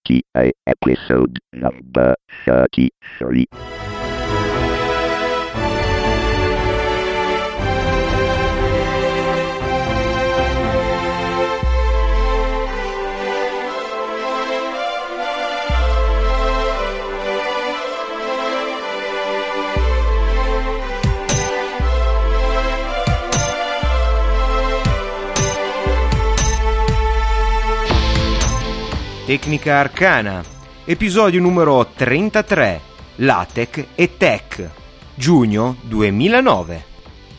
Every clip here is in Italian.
RTI episode number 33. Tecnica Arcana, episodio numero 33, LaTeX e Tech, giugno 2009.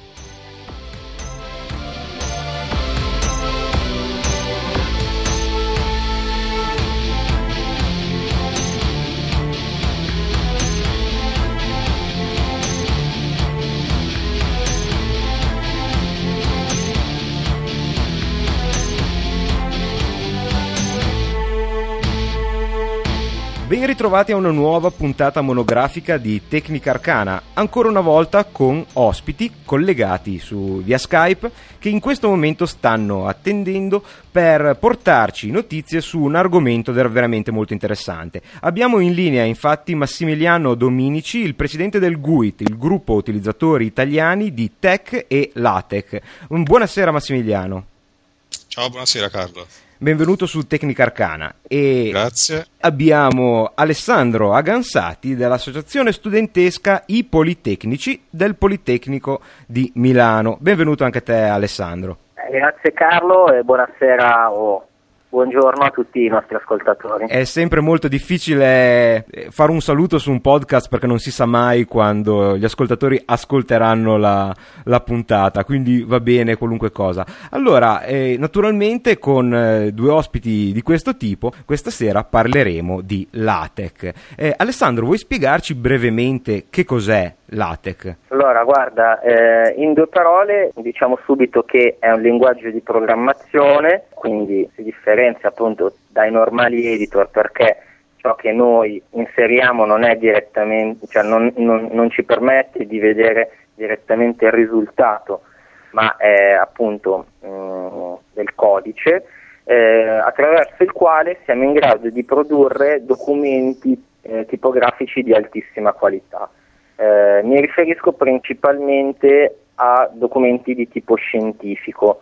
Ben ritrovati a una nuova puntata monografica di Tecnica Arcana, ancora una volta con ospiti collegati via Skype che in questo momento stanno attendendo per portarci notizie su un argomento veramente molto interessante. Abbiamo in linea infatti Massimiliano Dominici, il presidente del GUIT, il gruppo utilizzatori italiani di Tech e LaTeX. Buonasera Massimiliano. Ciao, buonasera Carlo. Benvenuto su Tecnica Arcana. E grazie. Abbiamo Alessandro Agansati dell'associazione studentesca I Politecnici del Politecnico di Milano. Benvenuto anche a te Alessandro. Grazie Carlo e buonasera buongiorno a tutti i nostri ascoltatori. È sempre molto difficile fare un saluto su un podcast perché non si sa mai quando gli ascoltatori ascolteranno la puntata, quindi va bene qualunque cosa. Allora, naturalmente con due ospiti di questo tipo, questa sera parleremo di LaTeX. Alessandro, vuoi spiegarci brevemente che cos'è LaTeX? Allora, guarda, in due parole diciamo subito che è un linguaggio di programmazione, quindi si differenzia appunto dai normali editor perché ciò che noi inseriamo non è direttamente, cioè non ci permette di vedere direttamente il risultato, ma è appunto del codice attraverso il quale siamo in grado di produrre documenti tipografici di altissima qualità. Mi riferisco principalmente a documenti di tipo scientifico,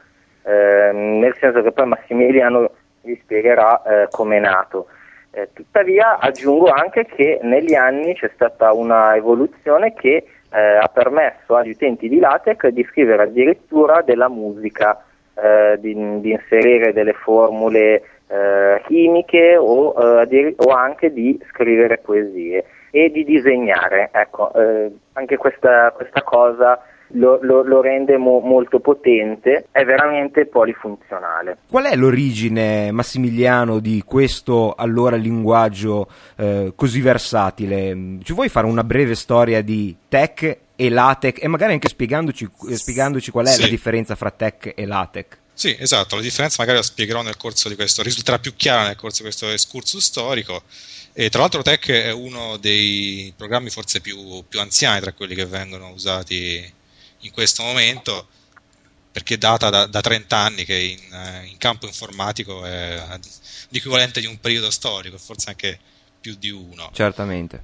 nel senso che poi Massimiliano vi spiegherà come è nato. Tuttavia aggiungo anche che negli anni c'è stata una evoluzione che ha permesso agli utenti di LaTeX di scrivere addirittura della musica, di inserire delle formule chimiche o anche di scrivere poesie e di disegnare. Ecco, anche questa cosa lo rende molto potente, è veramente polifunzionale. Qual è l'origine, Massimiliano, di questo allora linguaggio così versatile? Ci vuoi fare una breve storia di Tech e LaTeX e magari anche spiegandoci qual è la differenza fra Tech e LaTeX? Sì, esatto, la differenza magari la spiegherò nel corso di questo, risulterà più chiara nel corso di questo excursus storico. E tra l'altro Tech è uno dei programmi forse più anziani tra quelli che vengono usati in questo momento, perché data da 30 anni che in campo informatico è l'equivalente di un periodo storico, forse anche più di uno. Certamente.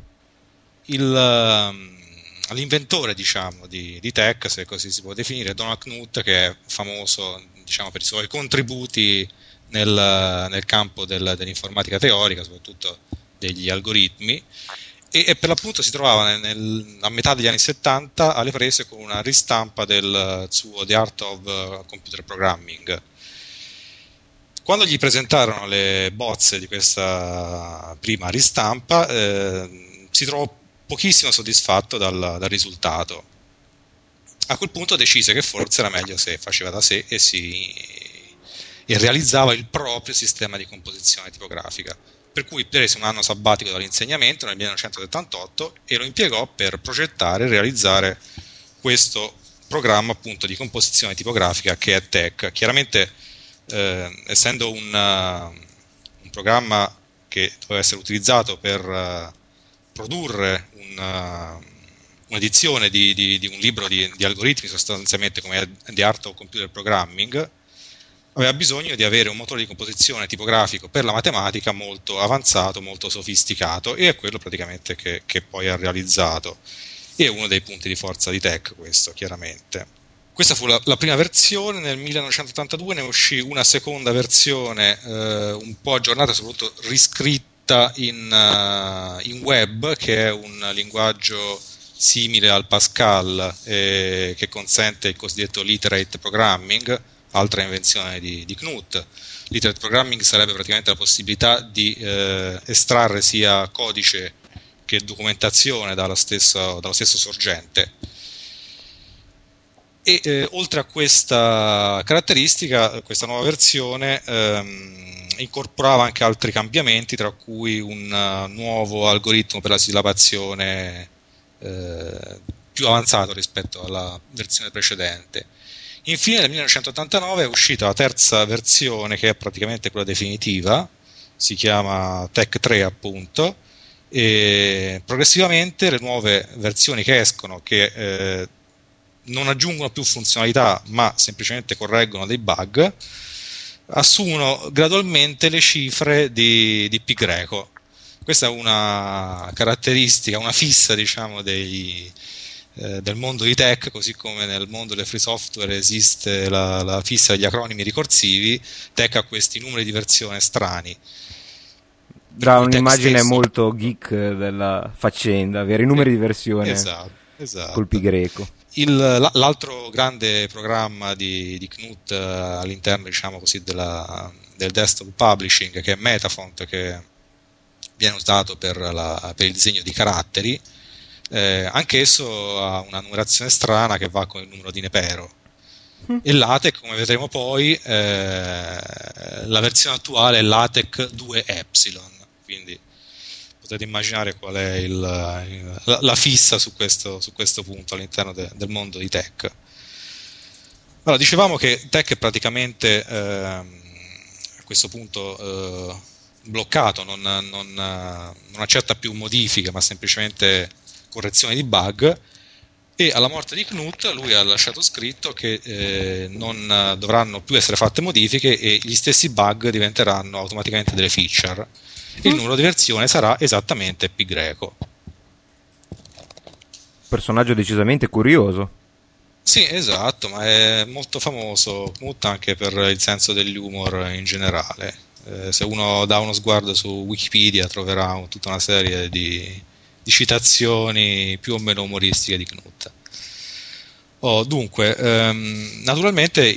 L'inventore, diciamo, di Tech, se così si può definire, Donald Knuth, che è famoso, diciamo, per i suoi contributi nel campo dell'informatica teorica, soprattutto degli algoritmi, e per l'appunto si trovava a metà degli anni 70 alle prese con una ristampa del suo The Art of Computer Programming. Quando gli presentarono le bozze di questa prima ristampa, si trovò pochissimo soddisfatto dal risultato. A quel punto decise che forse era meglio se faceva da sé e realizzava il proprio sistema di composizione tipografica. Per cui prese un anno sabbatico dall'insegnamento nel 1978 e lo impiegò per progettare e realizzare questo programma appunto di composizione tipografica che è Tech. Chiaramente essendo un programma che doveva essere utilizzato per produrre un'edizione di un libro di algoritmi, sostanzialmente come The Art of Computer Programming, aveva bisogno di avere un motore di composizione tipografico per la matematica molto avanzato, molto sofisticato, e è quello praticamente che poi ha realizzato. E è uno dei punti di forza di TeX, questo, chiaramente. Questa fu la prima versione. Nel 1982 ne uscì una seconda versione un po' aggiornata, soprattutto riscritta in web, che è un linguaggio simile al Pascal, che consente il cosiddetto literate programming, altra invenzione di Knut. Literate programming sarebbe praticamente la possibilità di estrarre sia codice che documentazione dallo stesso sorgente. E oltre a questa caratteristica, questa nuova versione incorporava anche altri cambiamenti, tra cui un nuovo algoritmo per la sillabazione più avanzato rispetto alla versione precedente. Infine nel 1989 è uscita la terza versione, che è praticamente quella definitiva, si chiama TeX 3 appunto, e progressivamente le nuove versioni che escono, che non aggiungono più funzionalità ma semplicemente correggono dei bug, assumono gradualmente le cifre di pi greco. Questa è una caratteristica, una fissa, diciamo, del mondo di TeX, così come nel mondo del free software esiste la fissa degli acronimi ricorsivi. TeX ha questi numeri di versione strani. Dà un'immagine molto geek della faccenda, avere i numeri di versione. Esatto. Col pi greco. L'altro grande programma di Knut all'interno, diciamo così, del desktop publishing, che è Metafont, che viene usato per il disegno di caratteri, anch'esso ha una numerazione strana che va con il numero di Nepero. E LaTeX, come vedremo poi, la versione attuale è LaTeX 2 Epsilon, quindi potete immaginare qual è la fissa su questo punto all'interno del mondo di TeX. Allora, dicevamo che TeX è praticamente a questo punto bloccato, non accetta più modifiche, ma semplicemente correzione di bug. E alla morte di Knut lui ha lasciato scritto che non dovranno più essere fatte modifiche e gli stessi bug diventeranno automaticamente delle feature. Il numero di versione sarà esattamente pi greco. Personaggio decisamente curioso. Sì, esatto, ma è molto famoso Knut anche per il senso dell'humor in generale. Se uno dà uno sguardo su Wikipedia troverà tutta una serie di citazioni più o meno umoristiche di Knut. Dunque, naturalmente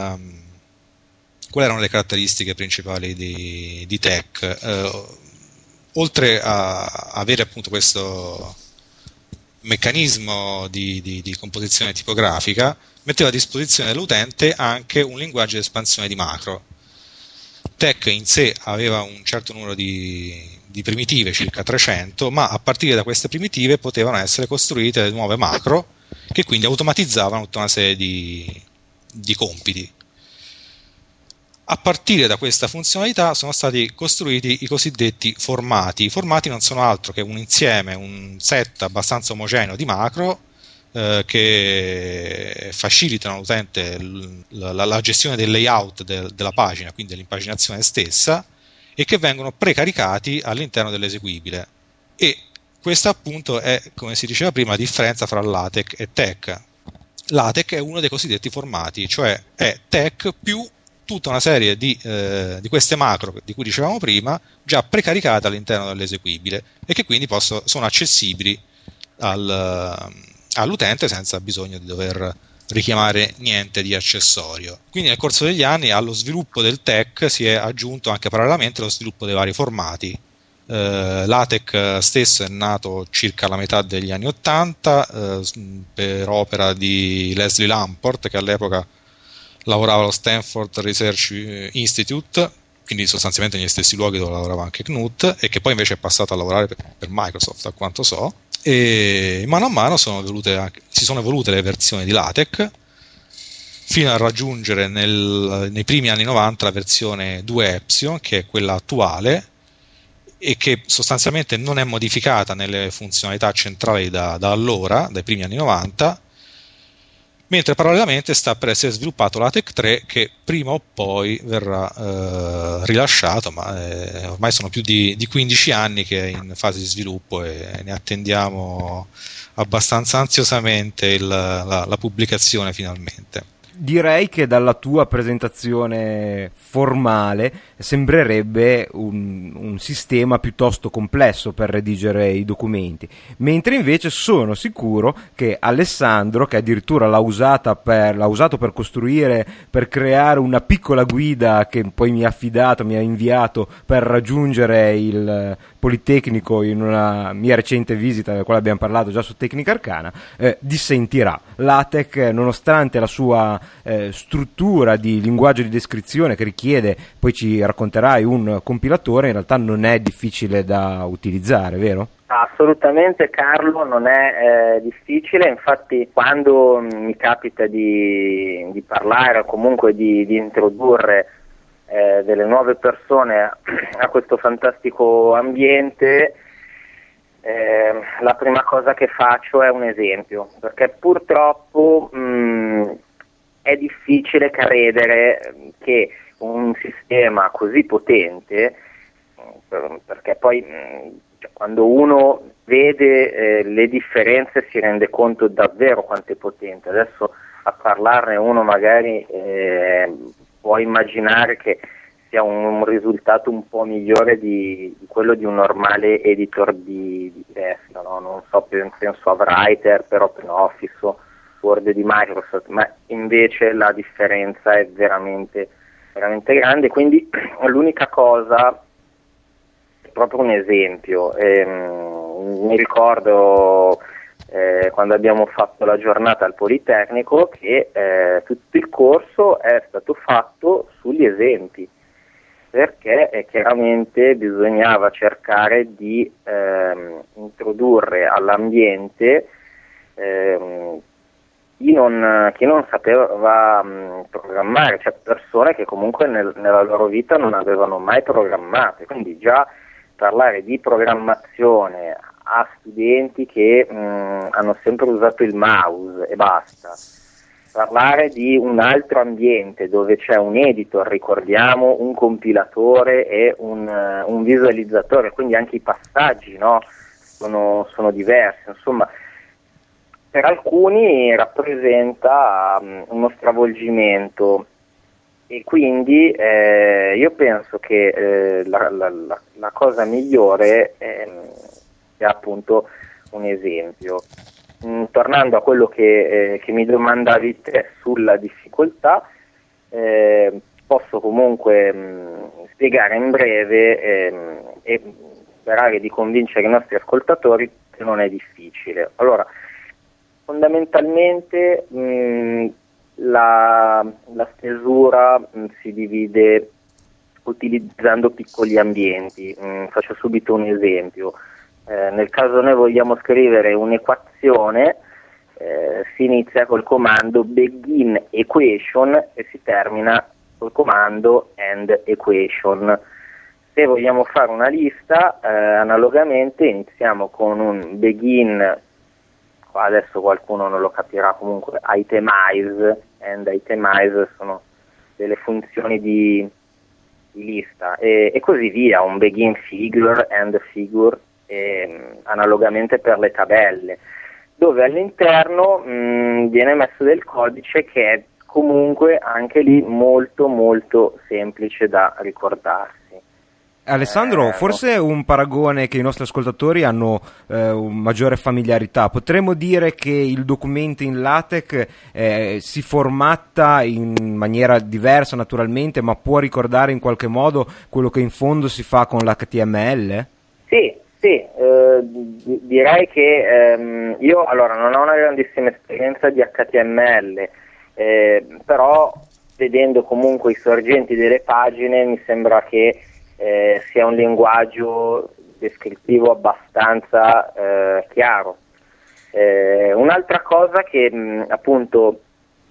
quali erano le caratteristiche principali di TeX? Oltre a avere appunto questo meccanismo di composizione tipografica, metteva a disposizione dell'utente anche un linguaggio di espansione di macro. TeX in sé aveva un certo numero di primitive, circa 300, ma a partire da queste primitive potevano essere costruite delle nuove macro che quindi automatizzavano tutta una serie di compiti. A partire da questa funzionalità sono stati costruiti i cosiddetti formati. I formati non sono altro che un insieme, un set abbastanza omogeneo di macro che facilitano all'utente la gestione del layout della pagina, quindi dell'impaginazione stessa, e che vengono precaricati all'interno dell'eseguibile. E questa appunto è, come si diceva prima, la differenza fra LaTeX e TeX. LaTeX è uno dei cosiddetti formati, cioè è TeX più tutta una serie di queste macro di cui dicevamo prima, già precaricate all'interno dell'eseguibile e che quindi sono accessibili all'utente senza bisogno di dover richiamare niente di accessorio. Quindi nel corso degli anni allo sviluppo del TeX si è aggiunto anche parallelamente lo sviluppo dei vari formati. LaTeX stesso è nato circa la metà degli anni 80 per opera di Leslie Lamport, che all'epoca lavorava allo Stanford Research Institute, quindi sostanzialmente negli stessi luoghi dove lavorava anche Knut, e che poi invece è passato a lavorare per Microsoft, a quanto so. E mano a mano si sono evolute le versioni di LaTeX fino a raggiungere nei primi anni 90 la versione 2 Epsilon, che è quella attuale e che sostanzialmente non è modificata nelle funzionalità centrali da allora, dai primi anni 90, mentre parallelamente sta per essere sviluppato LaTeX 3 che prima o poi verrà rilasciato, ma ormai sono più di 15 anni che è in fase di sviluppo e ne attendiamo abbastanza ansiosamente la pubblicazione finalmente. Direi che dalla tua presentazione formale sembrerebbe un sistema piuttosto complesso per redigere i documenti, mentre invece sono sicuro che Alessandro, che addirittura l'ha usato per costruire, per creare una piccola guida che poi mi ha inviato per raggiungere il Politecnico in una mia recente visita, della quale abbiamo parlato già su Tecnica Arcana, dissentirà. LaTeX, nonostante la sua struttura di linguaggio di descrizione che richiede, poi ci racconterai, un compilatore, in realtà non è difficile da utilizzare, vero? Assolutamente Carlo, non è difficile, infatti quando mi capita di parlare o comunque di introdurre delle nuove persone a questo fantastico ambiente, la prima cosa che faccio è un esempio, perché purtroppo è difficile credere che un sistema così potente, perché poi quando uno vede le differenze si rende conto davvero quanto è potente. Adesso a parlarne uno magari può immaginare che sia un risultato un po' migliore di quello di un normale editor di testo, no? Non so, penso a Writer per OpenOffice o Word di Microsoft, ma invece la differenza è veramente, veramente grande, quindi l'unica cosa è proprio un esempio. Mi ricordo quando abbiamo fatto la giornata al Politecnico che tutto il corso è stato fatto sugli esempi, perché chiaramente bisognava cercare di introdurre all'ambiente chi non sapeva programmare, cioè persone che comunque nella loro vita non avevano mai programmato, quindi già parlare di programmazione a studenti che hanno sempre usato il mouse e basta, parlare di un altro ambiente dove c'è un editor, ricordiamo, un compilatore e un visualizzatore, quindi anche i passaggi, no, sono diversi, insomma per alcuni rappresenta uno stravolgimento e quindi io penso che la cosa migliore sia appunto un esempio. Tornando a quello che mi domandavi te sulla difficoltà, posso comunque spiegare in breve e sperare di convincere i nostri ascoltatori che non è difficile. Allora, fondamentalmente la stesura si divide utilizzando piccoli ambienti. Faccio subito un esempio. Nel caso noi vogliamo scrivere un'equazione, si inizia col comando begin equation e si termina col comando end equation. Se vogliamo fare una lista, analogamente iniziamo con un begin, adesso qualcuno non lo capirà, comunque itemize and itemize sono delle funzioni di lista e così via, un begin figure, end figure, analogamente per le tabelle, dove all'interno viene messo del codice che è comunque anche lì molto molto semplice da ricordarsi. Alessandro, forse un paragone che i nostri ascoltatori hanno maggiore familiarità. Potremmo dire che il documento in LaTeX si formatta in maniera diversa naturalmente, ma può ricordare in qualche modo quello che in fondo si fa con l'HTML? Sì, direi che io allora non ho una grandissima esperienza di HTML, però vedendo comunque i sorgenti delle pagine mi sembra che sia un linguaggio descrittivo abbastanza chiaro. Un'altra cosa che appunto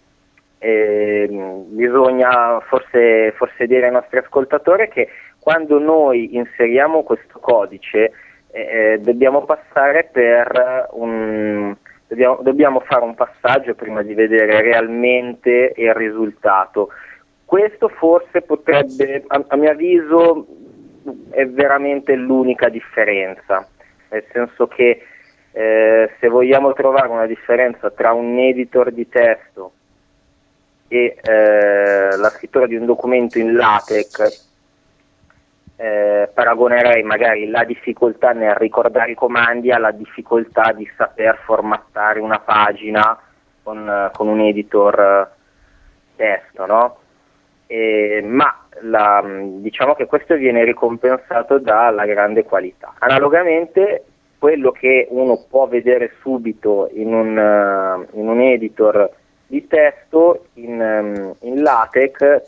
bisogna forse dire ai nostri ascoltatori è che quando noi inseriamo questo codice dobbiamo passare per un dobbiamo fare un passaggio prima di vedere realmente il risultato. Questo forse potrebbe, a mio avviso, è veramente l'unica differenza, nel senso che se vogliamo trovare una differenza tra un editor di testo e la scrittura di un documento in LaTeX, paragonerei magari la difficoltà nel ricordare i comandi alla difficoltà di saper formattare una pagina con un editor testo, no? Ma diciamo che questo viene ricompensato dalla grande qualità. Analogamente, quello che uno può vedere subito in un editor di testo in LaTeX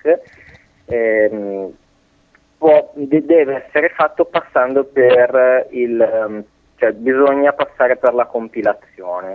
deve essere fatto passando per cioè bisogna passare per la compilazione,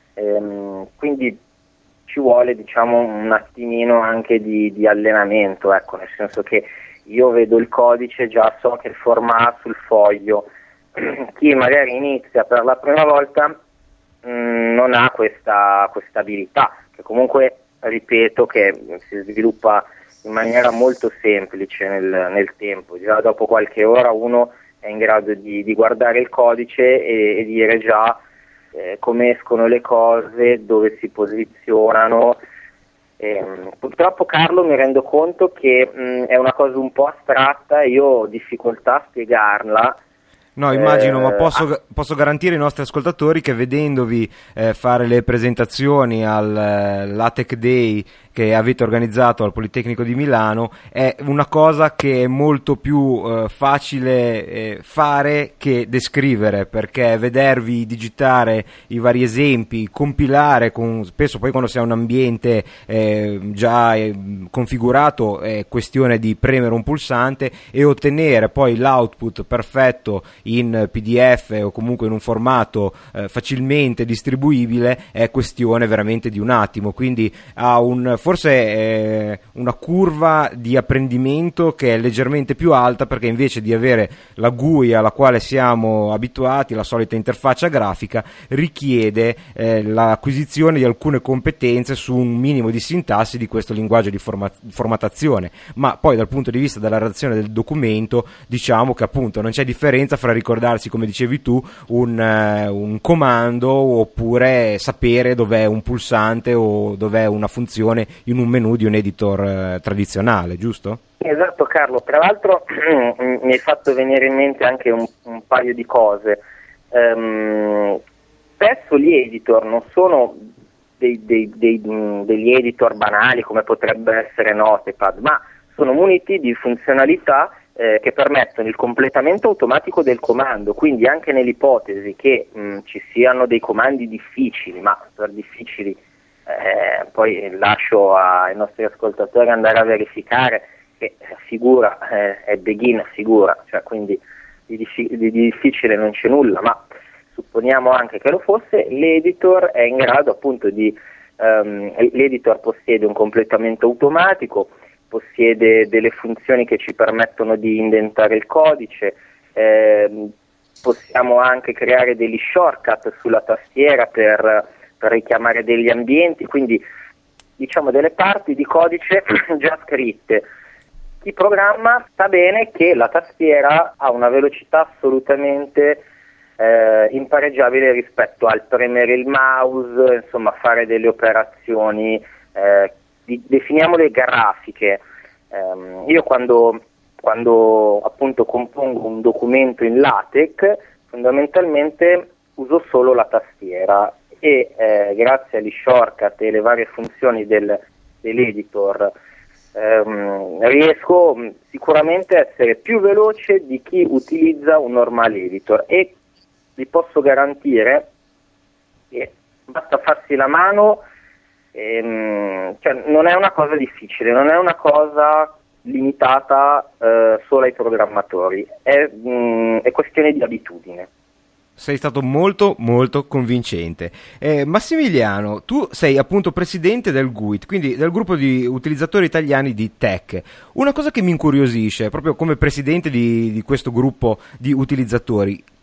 quindi ci vuole, diciamo, un attimino anche di allenamento, ecco, nel senso che io vedo il codice, già so che il formato sul foglio, chi magari inizia per la prima volta non ha questa abilità, che comunque, ripeto, che si sviluppa in maniera molto semplice nel tempo. Già dopo qualche ora uno è in grado di guardare il codice e dire già come escono le cose, dove si posizionano. Purtroppo, Carlo, mi rendo conto che è una cosa un po' astratta e io ho difficoltà a spiegarla. No, immagino, ma posso garantire ai nostri ascoltatori che vedendovi fare le presentazioni al LaTeX Day che avete organizzato al Politecnico di Milano, è una cosa che è molto più facile fare che descrivere, perché vedervi digitare i vari esempi, compilare, spesso poi quando si ha un ambiente già configurato è questione di premere un pulsante e ottenere poi l'output perfetto in PDF o comunque in un formato facilmente distribuibile è questione veramente di un attimo, quindi ha forse una curva di apprendimento che è leggermente più alta, perché invece di avere la GUI alla quale siamo abituati, la solita interfaccia grafica, richiede l'acquisizione di alcune competenze su un minimo di sintassi di questo linguaggio di formattazione, ma poi dal punto di vista della redazione del documento diciamo che appunto non c'è differenza fra ricordarsi, come dicevi tu, un comando oppure sapere dov'è un pulsante o dov'è una funzione in un menu di un editor tradizionale, giusto? Esatto, Carlo. Tra l'altro mi hai fatto venire in mente anche un paio di cose. Spesso gli editor non sono degli editor banali come potrebbe essere Notepad, ma sono muniti di funzionalità che permettono il completamento automatico del comando, quindi anche nell'ipotesi che ci siano dei comandi difficili, ma per difficili poi lascio ai nostri ascoltatori andare a verificare che figura è begin figura, cioè quindi di difficile non c'è nulla, ma supponiamo anche che lo fosse, l'editor è in grado appunto l'editor possiede un completamento automatico, possiede delle funzioni che ci permettono di indentare il codice, possiamo anche creare degli shortcut sulla tastiera per richiamare degli ambienti, quindi diciamo delle parti di codice già scritte. Chi programma sa bene che la tastiera ha una velocità assolutamente impareggiabile rispetto al premere il mouse, insomma fare delle operazioni, definiamole grafiche. Io quando appunto compongo un documento in LaTeX fondamentalmente uso solo la tastiera e grazie agli shortcut e le varie funzioni dell'editor riesco sicuramente a essere più veloce di chi utilizza un normale editor e vi posso garantire che basta farsi la mano, cioè non è una cosa difficile, non è una cosa limitata solo ai programmatori, è questione di abitudine. Sei stato molto molto convincente. Massimiliano, tu sei appunto presidente del GUIT, quindi del gruppo di utilizzatori italiani di TeX. Una cosa che mi incuriosisce, proprio come presidente di questo gruppo di utilizzatori,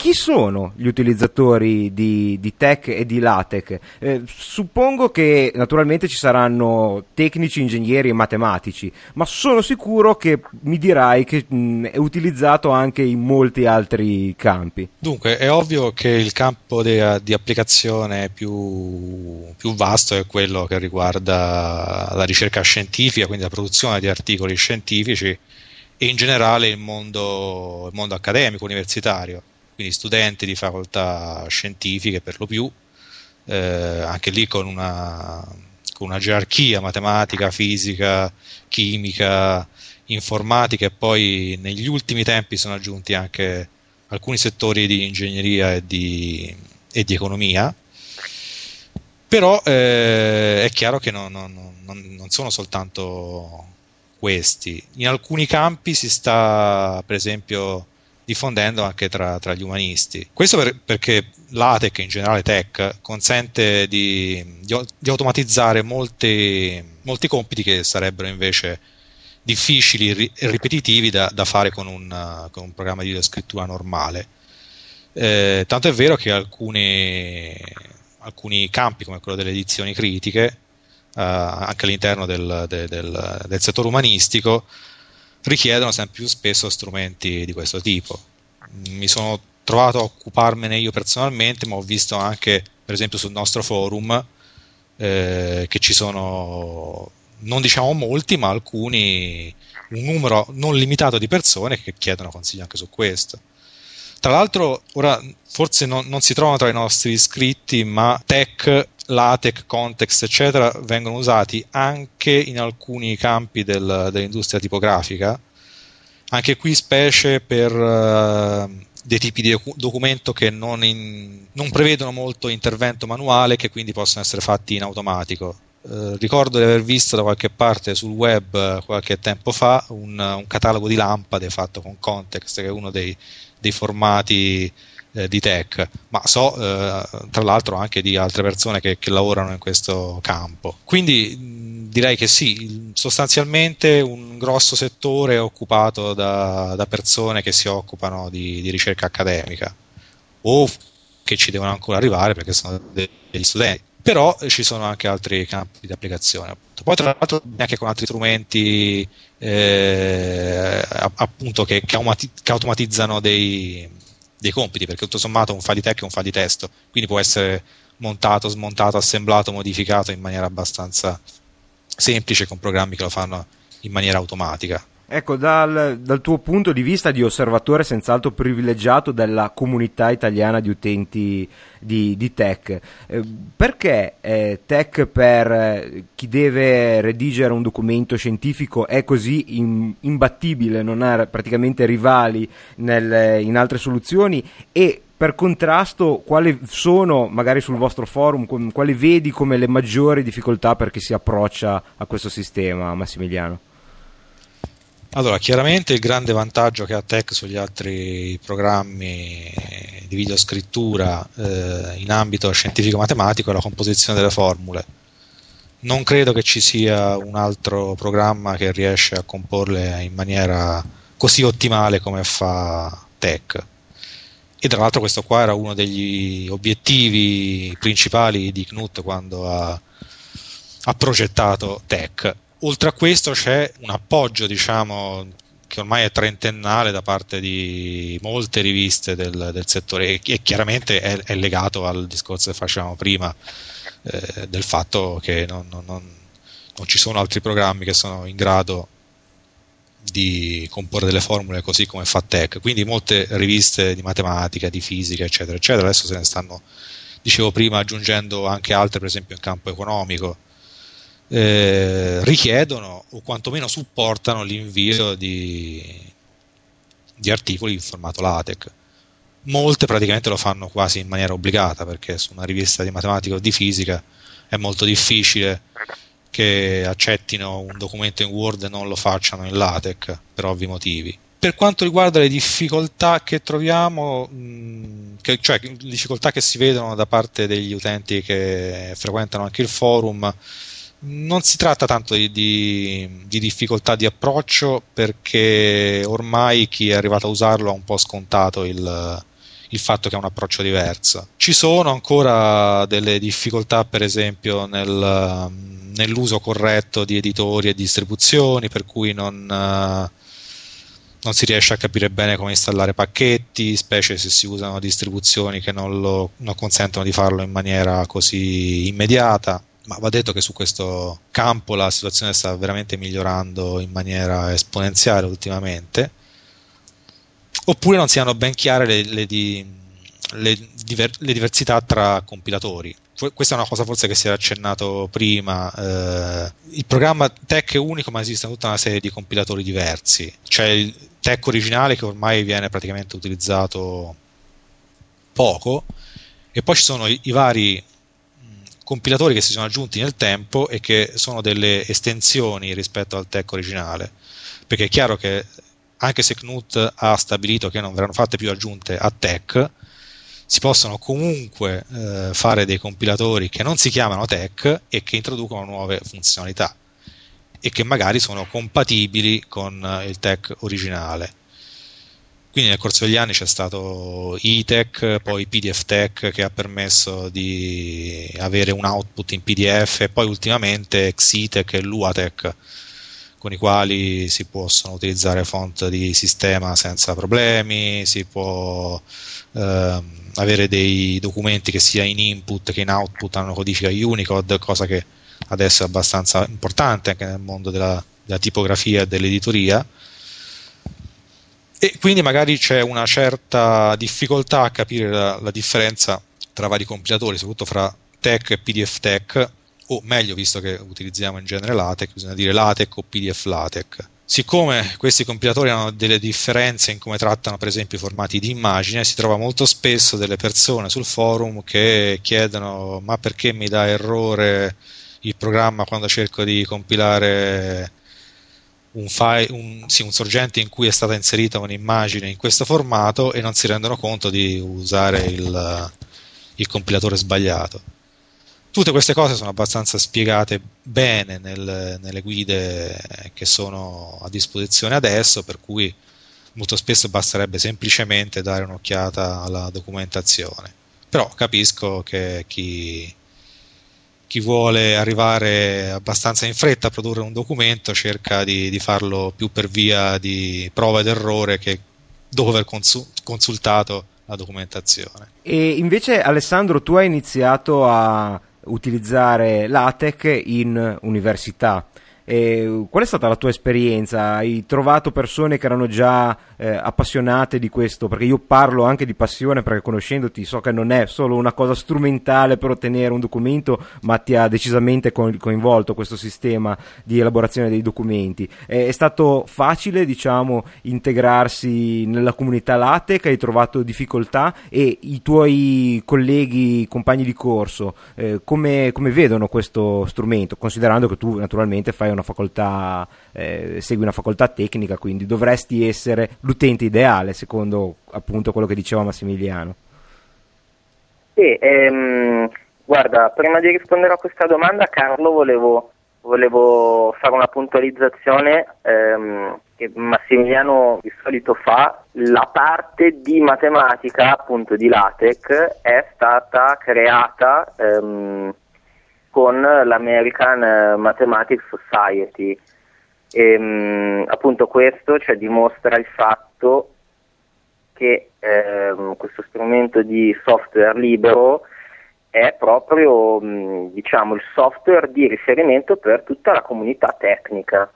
chi sono gli utilizzatori di TeX e di LaTeX? Suppongo che naturalmente ci saranno tecnici, ingegneri e matematici, ma sono sicuro che mi dirai che è utilizzato anche in molti altri campi. Dunque, è ovvio che il campo di applicazione più vasto è quello che riguarda la ricerca scientifica, quindi la produzione di articoli scientifici e in generale il mondo accademico, universitario, quindi studenti di facoltà scientifiche per lo più, anche lì con una gerarchia matematica, fisica, chimica, informatica, e poi negli ultimi tempi sono aggiunti anche alcuni settori di ingegneria e di economia. Però è chiaro che non sono soltanto questi. In alcuni campi si sta, per esempio, diffondendo anche tra gli umanisti. Questo perché LaTeX, in generale TeX, consente di automatizzare molti compiti che sarebbero invece difficili e ripetitivi da fare con un programma di videoscrittura normale. Tanto è vero che alcuni campi, come quello delle edizioni critiche, anche all'interno del settore umanistico, richiedono sempre più spesso strumenti di questo tipo. Mi sono trovato a occuparmene io personalmente, ma ho visto anche, per esempio, sul nostro forum che ci sono, non diciamo molti, ma alcuni, un numero non limitato di persone che chiedono consigli anche su questo. Tra l'altro, ora forse non si trovano tra i nostri iscritti, ma TeX, LaTeX, Context, eccetera, vengono usati anche in alcuni campi dell'industria tipografica, anche qui specie per dei tipi di documento che non prevedono molto intervento manuale, che quindi possono essere fatti in automatico. Ricordo di aver visto da qualche parte sul web qualche tempo fa un catalogo di lampade fatto con Context, che è uno dei formati di TeX, ma so tra l'altro anche di altre persone che lavorano in questo campo. Quindi direi che sì, sostanzialmente un grosso settore è occupato da persone che si occupano di ricerca accademica o che ci devono ancora arrivare perché sono degli studenti. Però ci sono anche altri campi di applicazione. Poi tra l'altro anche con altri strumenti appunto che automatizzano dei compiti, perché tutto sommato un file di TeX è un file di testo, quindi può essere montato, smontato, assemblato, modificato in maniera abbastanza semplice con programmi che lo fanno in maniera automatica. Ecco, dal tuo punto di vista di osservatore senz'altro privilegiato della comunità italiana di utenti di TeX, perché TeX per chi deve redigere un documento scientifico è così imbattibile, non ha praticamente rivali in altre soluzioni, e per contrasto quali sono, magari sul vostro forum, quali vedi come le maggiori difficoltà per chi si approccia a questo sistema, Massimiliano? Allora, chiaramente il grande vantaggio che ha TeX sugli altri programmi di videoscrittura in ambito scientifico-matematico è la composizione delle formule. Non credo che ci sia un altro programma che riesce a comporle in maniera così ottimale come fa TeX. E tra l'altro questo qua era uno degli obiettivi principali di Knut quando ha progettato TeX. Oltre a questo c'è un appoggio, diciamo, che ormai è trentennale da parte di molte riviste del settore, e chiaramente è legato al discorso che facevamo prima, del fatto che non ci sono altri programmi che sono in grado di comporre delle formule così come fa TeX. Quindi molte riviste di matematica, di fisica, eccetera, eccetera, adesso se ne stanno, dicevo prima, aggiungendo anche altre, per esempio in campo economico. Richiedono o quantomeno supportano l'invio di articoli in formato LaTeX. Molte praticamente lo fanno quasi in maniera obbligata, perché su una rivista di matematica o di fisica è molto difficile che accettino un documento in Word e non lo facciano in LaTeX per ovvi motivi. Per quanto riguarda le difficoltà che troviamo, cioè le difficoltà che si vedono da parte degli utenti che frequentano anche il forum, non si tratta tanto di difficoltà di approccio, perché ormai chi è arrivato a usarlo ha un po' scontato il il fatto che ha un approccio diverso. Ci sono ancora delle difficoltà, per esempio, nell'uso corretto di editori e distribuzioni, per cui non si riesce a capire bene come installare pacchetti, specie se si usano distribuzioni che non consentono di farlo in maniera così immediata. Ma va detto che su questo campo la situazione sta veramente migliorando in maniera esponenziale ultimamente. Oppure non siano ben chiare le diversità tra compilatori. Questa è una cosa forse che si era accennato prima. Il programma TeX è unico, ma esiste tutta una serie di compilatori diversi. C'è il TeX originale, che ormai viene praticamente utilizzato poco, e poi ci sono i vari compilatori che si sono aggiunti nel tempo e che sono delle estensioni rispetto al TeX originale, perché è chiaro che anche se Knut ha stabilito che non verranno fatte più aggiunte a TeX, si possono comunque fare dei compilatori che non si chiamano TeX e che introducono nuove funzionalità e che magari sono compatibili con il TeX originale. Quindi nel corso degli anni c'è stato eTeX, poi PDFTeX, che ha permesso di avere un output in PDF, e poi ultimamente XeTeX e LuaTeX, con i quali si possono utilizzare font di sistema senza problemi, si può avere dei documenti che sia in input che in output hanno codifica Unicode, cosa che adesso è abbastanza importante anche nel mondo della tipografia e dell'editoria. E quindi magari c'è una certa difficoltà a capire la differenza tra vari compilatori, soprattutto fra TeX e PDFTeX, o meglio, visto che utilizziamo in genere LaTeX, bisogna dire LaTeX o PDF LaTeX. Siccome questi compilatori hanno delle differenze in come trattano per esempio i formati di immagine, si trova molto spesso delle persone sul forum che chiedono: ma perché mi dà errore il programma quando cerco di compilare un file, un sorgente in cui è stata inserita un'immagine in questo formato, e non si rendono conto di usare il compilatore sbagliato. Tutte queste cose sono abbastanza spiegate bene nelle guide che sono a disposizione adesso, per cui molto spesso basterebbe semplicemente dare un'occhiata alla documentazione. Però capisco che chi vuole arrivare abbastanza in fretta a produrre un documento cerca di farlo più per via di prova ed errore che dopo aver consultato la documentazione. E invece, Alessandro, tu hai iniziato a utilizzare LaTeX in università. Qual è stata la tua esperienza? Hai trovato persone che erano già appassionate di questo? Perché io parlo anche di passione, perché conoscendoti so che non è solo una cosa strumentale per ottenere un documento, ma ti ha decisamente coinvolto questo sistema di elaborazione dei documenti. È stato facile, diciamo, integrarsi nella comunità LaTeX? Hai trovato difficoltà? E i tuoi colleghi, compagni di corso, come vedono questo strumento, considerando che tu naturalmente fai una facoltà, segui una facoltà tecnica, quindi dovresti essere l'utente ideale secondo appunto quello che diceva Massimiliano. Sì, guarda, prima di rispondere a questa domanda, Carlo, volevo fare una puntualizzazione che Massimiliano di solito fa. La parte di matematica, appunto, di LaTeX è stata creata con l'American Mathematics Society. Appunto questo dimostra il fatto che questo strumento di software libero è proprio diciamo il software di riferimento per tutta la comunità tecnica.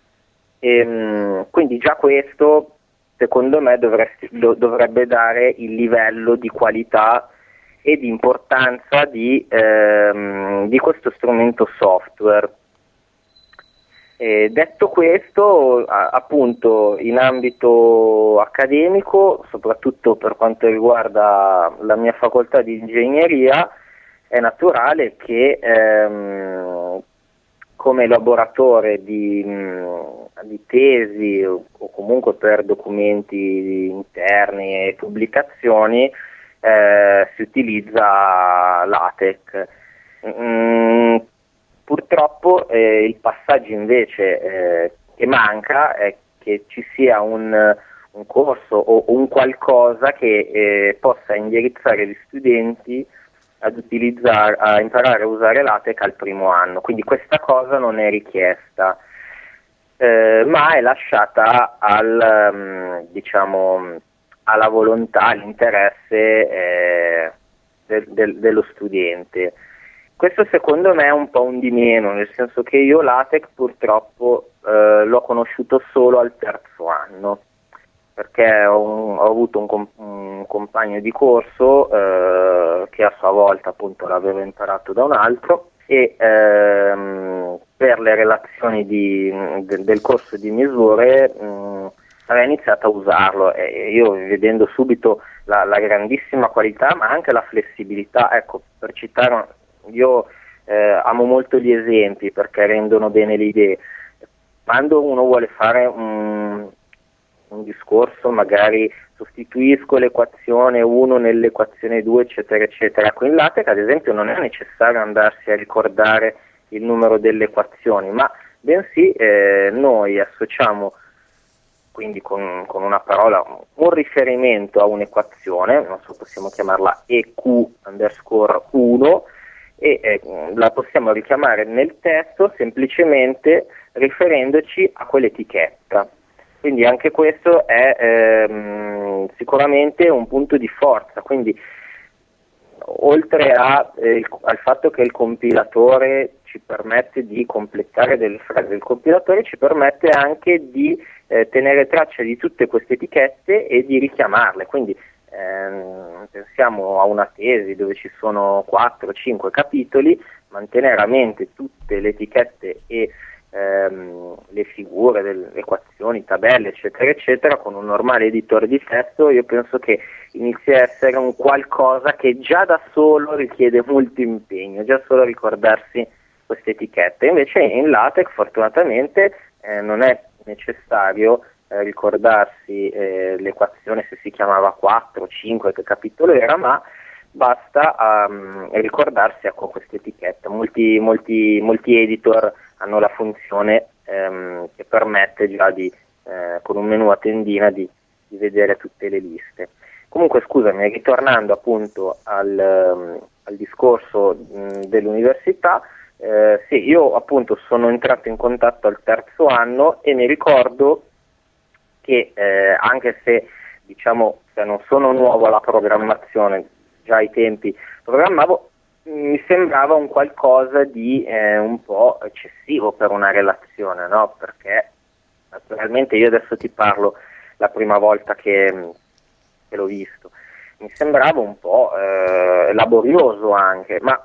Quindi già questo secondo me dovrebbe dare il livello di qualità e di importanza di questo strumento software. Detto questo, appunto in ambito accademico, soprattutto per quanto riguarda la mia facoltà di ingegneria, è naturale che come elaboratore di tesi o comunque per documenti interni e pubblicazioni si utilizza LaTeX. Purtroppo il passaggio invece che manca è che ci sia un un corso o un qualcosa che possa indirizzare gli studenti a imparare a usare LaTeX al primo anno, quindi questa cosa non è richiesta, ma è lasciata alla volontà, all'interesse dello studente. Questo secondo me è un po' un di meno, nel senso che io LaTeX purtroppo l'ho conosciuto solo al terzo anno, perché ho avuto un compagno di corso che a sua volta appunto l'aveva imparato da un altro e per le relazioni del corso di misure aveva iniziato a usarlo e io vedendo subito la grandissima qualità ma anche la flessibilità, ecco, per citare, io amo molto gli esempi perché rendono bene le idee. Quando uno vuole fare un discorso, magari sostituisco l'equazione 1 nell'equazione 2 eccetera eccetera, con il LaTeX ad esempio non è necessario andarsi a ricordare il numero delle equazioni, ma bensì noi associamo quindi con una parola un riferimento a un'equazione, non so, possiamo chiamarla EQ_1 e la possiamo richiamare nel testo semplicemente riferendoci a quell'etichetta. Quindi anche questo è sicuramente un punto di forza, quindi oltre al fatto che il compilatore ci permette di completare delle frasi, il compilatore ci permette anche di tenere traccia di tutte queste etichette e di richiamarle, quindi pensiamo a una tesi dove ci sono 4-5 capitoli, mantenere a mente tutte le etichette e le figure delle equazioni, tabelle eccetera eccetera con un normale editore di testo, io penso che inizi a essere un qualcosa che già da solo richiede molto impegno, già solo ricordarsi queste etichette. Invece in LaTeX fortunatamente non è necessario ricordarsi l'equazione se si chiamava 4, 5, che capitolo era, ma basta ricordarsi ecco queste etichette. Molti editor hanno la funzione che permette già con un menu a tendina di vedere tutte le liste. Comunque scusami, ritornando appunto al discorso dell'università, sì, io appunto sono entrato in contatto al terzo anno e mi ricordo che anche se diciamo se non sono nuovo alla programmazione, già ai tempi programmavo, mi sembrava un qualcosa di un po' eccessivo per una relazione, no? Perché naturalmente io adesso ti parlo la prima volta che l'ho visto, mi sembrava un po' laborioso anche, ma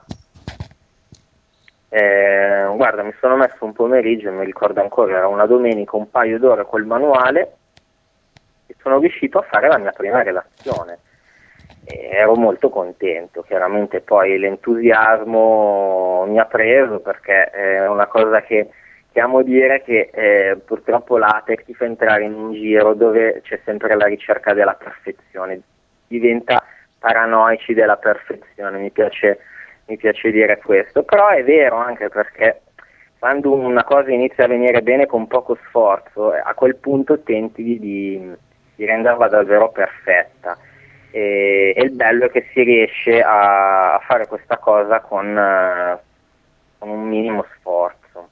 guarda, mi sono messo un pomeriggio, mi ricordo ancora, era una domenica, un paio d'ore col manuale e sono riuscito a fare la mia prima relazione. Ero molto contento, chiaramente poi l'entusiasmo mi ha preso perché è una cosa che amo dire che purtroppo LaTeX ti fa entrare in un giro dove c'è sempre la ricerca della perfezione, diventa paranoici della perfezione, mi piace dire questo, però è vero anche perché quando una cosa inizia a venire bene con poco sforzo, a quel punto tenti di renderla davvero perfetta. E il bello è che si riesce a fare questa cosa con un minimo sforzo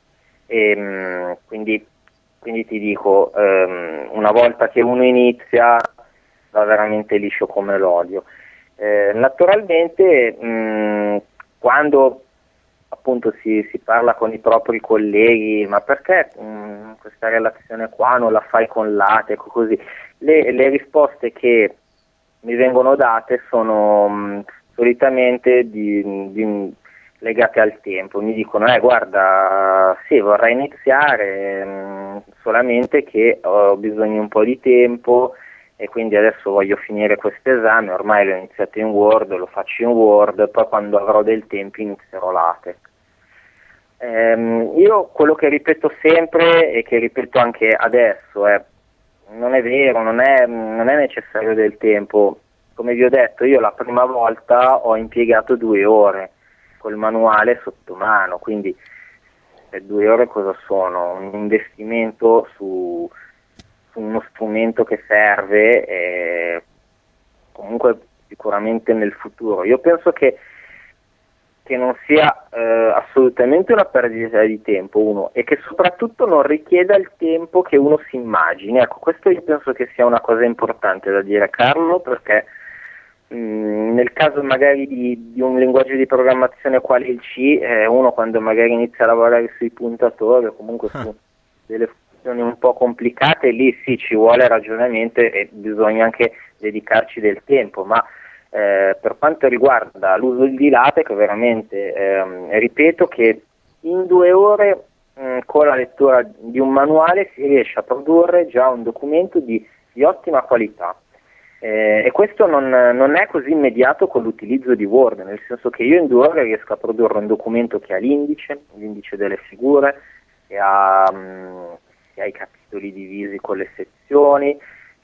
quindi ti dico, una volta che uno inizia va veramente liscio come l'olio. Naturalmente quando appunto si parla con i propri colleghi, ma perché questa relazione qua non la fai con LaTeX, così le risposte che mi vengono date sono solitamente legate al tempo. Mi dicono guarda, sì, vorrei iniziare, solamente che ho bisogno un po' di tempo e quindi adesso voglio finire questo esame, ormai l'ho iniziato in Word, lo faccio in Word, poi quando avrò del tempo inizierò LaTeX. Io quello che ripeto sempre e che ripeto anche adesso è: non è vero, non è necessario del tempo. Come vi ho detto, io la prima volta ho impiegato 2 ore col manuale sotto mano, quindi 2 ore cosa sono? Un investimento su uno strumento che serve comunque sicuramente nel futuro. Io penso che non sia assolutamente una perdita di tempo, uno, e che soprattutto non richieda il tempo che uno si immagini. Ecco, questo io penso che sia una cosa importante da dire, Carlo, perché nel caso magari di un linguaggio di programmazione quale il C, uno quando magari inizia a lavorare sui puntatori o comunque su delle funzioni un po' complicate, lì sì ci vuole ragionamento e bisogna anche dedicarci del tempo, ma per quanto riguarda l'uso di LaTeX, veramente ripeto che in 2 ore con la lettura di un manuale si riesce a produrre già un documento di ottima qualità. E questo non è così immediato con l'utilizzo di Word, nel senso che io in 2 ore riesco a produrre un documento che ha l'indice delle figure, che ha i capitoli divisi con le sezioni.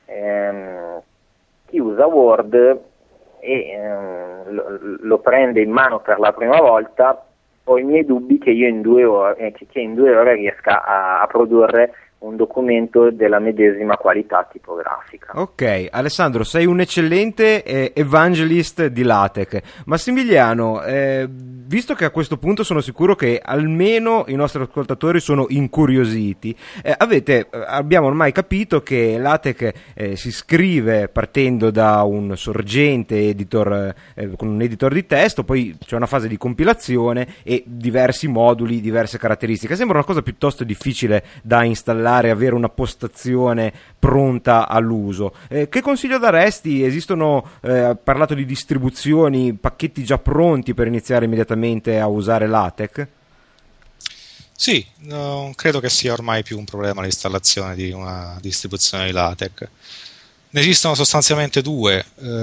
Chi usa Word e lo prende in mano per la prima volta, ho i miei dubbi che io in 2 ore riesca a produrre un documento della medesima qualità tipografica. Ok, Alessandro, sei un eccellente evangelist di LaTeX. Massimiliano, visto che a questo punto sono sicuro che almeno i nostri ascoltatori sono incuriositi, abbiamo ormai capito che LaTeX si scrive partendo da un sorgente editor con un editor di testo, poi c'è una fase di compilazione e diversi moduli, diverse caratteristiche. Sembra una cosa piuttosto difficile da installare, avere una postazione pronta all'uso. Che consiglio daresti? Esistono, parlato di distribuzioni, pacchetti già pronti per iniziare immediatamente a usare LaTeX? Sì, non credo che sia ormai più un problema l'installazione di una distribuzione di LaTeX. Ne esistono sostanzialmente 2.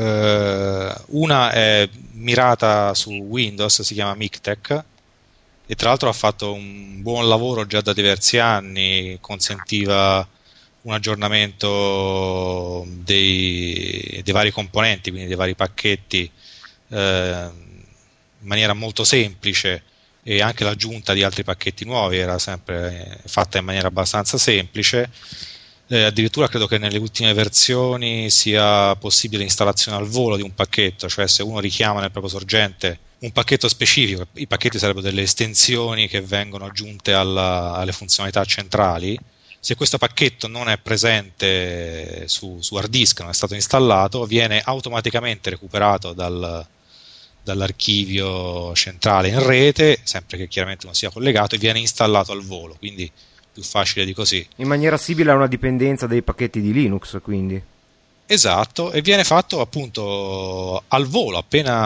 Una è mirata su Windows, si chiama MikTeX, e tra l'altro ha fatto un buon lavoro già da diversi anni, consentiva un aggiornamento dei vari componenti, quindi dei vari pacchetti, in maniera molto semplice, e anche l'aggiunta di altri pacchetti nuovi era sempre fatta in maniera abbastanza semplice. Addirittura credo che nelle ultime versioni sia possibile l'installazione al volo di un pacchetto, cioè se uno richiama nel proprio sorgente un pacchetto specifico, i pacchetti sarebbero delle estensioni che vengono aggiunte alle funzionalità centrali. Se questo pacchetto non è presente su hard disk, non è stato installato, viene automaticamente recuperato dall'archivio centrale in rete, sempre che chiaramente non sia collegato, e viene installato al volo, quindi più facile di così. In maniera simile a una dipendenza dei pacchetti di Linux, quindi. Esatto, e viene fatto appunto al volo,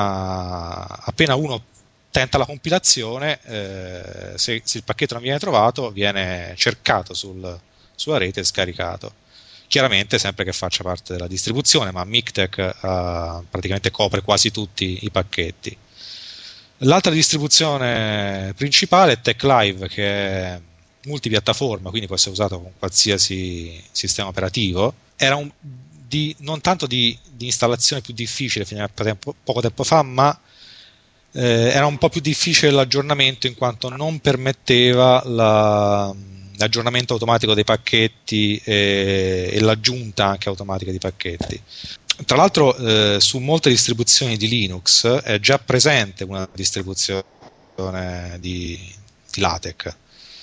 appena uno tenta la compilazione, se il pacchetto non viene trovato, viene cercato sulla rete e scaricato. Chiaramente sempre che faccia parte della distribuzione, ma MikTeX praticamente copre quasi tutti i pacchetti. L'altra distribuzione principale è TechLive, che è multipiattaforma, quindi può essere usato con qualsiasi sistema operativo. Era non tanto di installazione più difficile fino a poco tempo fa, ma era un po' più difficile l'aggiornamento, in quanto non permetteva l'aggiornamento automatico dei pacchetti e l'aggiunta anche automatica di pacchetti. Tra l'altro su molte distribuzioni di Linux è già presente una distribuzione di LaTeX.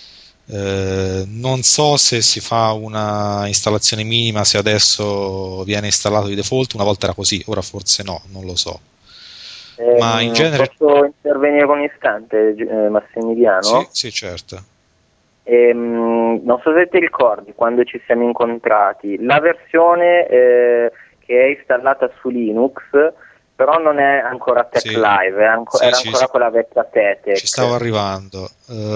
Non so se si fa una installazione minima, se adesso viene installato di default. Una volta era così, ora forse no, non lo so. Ma in genere... Posso intervenire un istante, Massimiliano? Sì, certo. Non so se ti ricordi quando ci siamo incontrati, la versione che è installata su Linux però non è ancora TechLive, era ancora quella vecchia TeTeX. Ci stavo arrivando.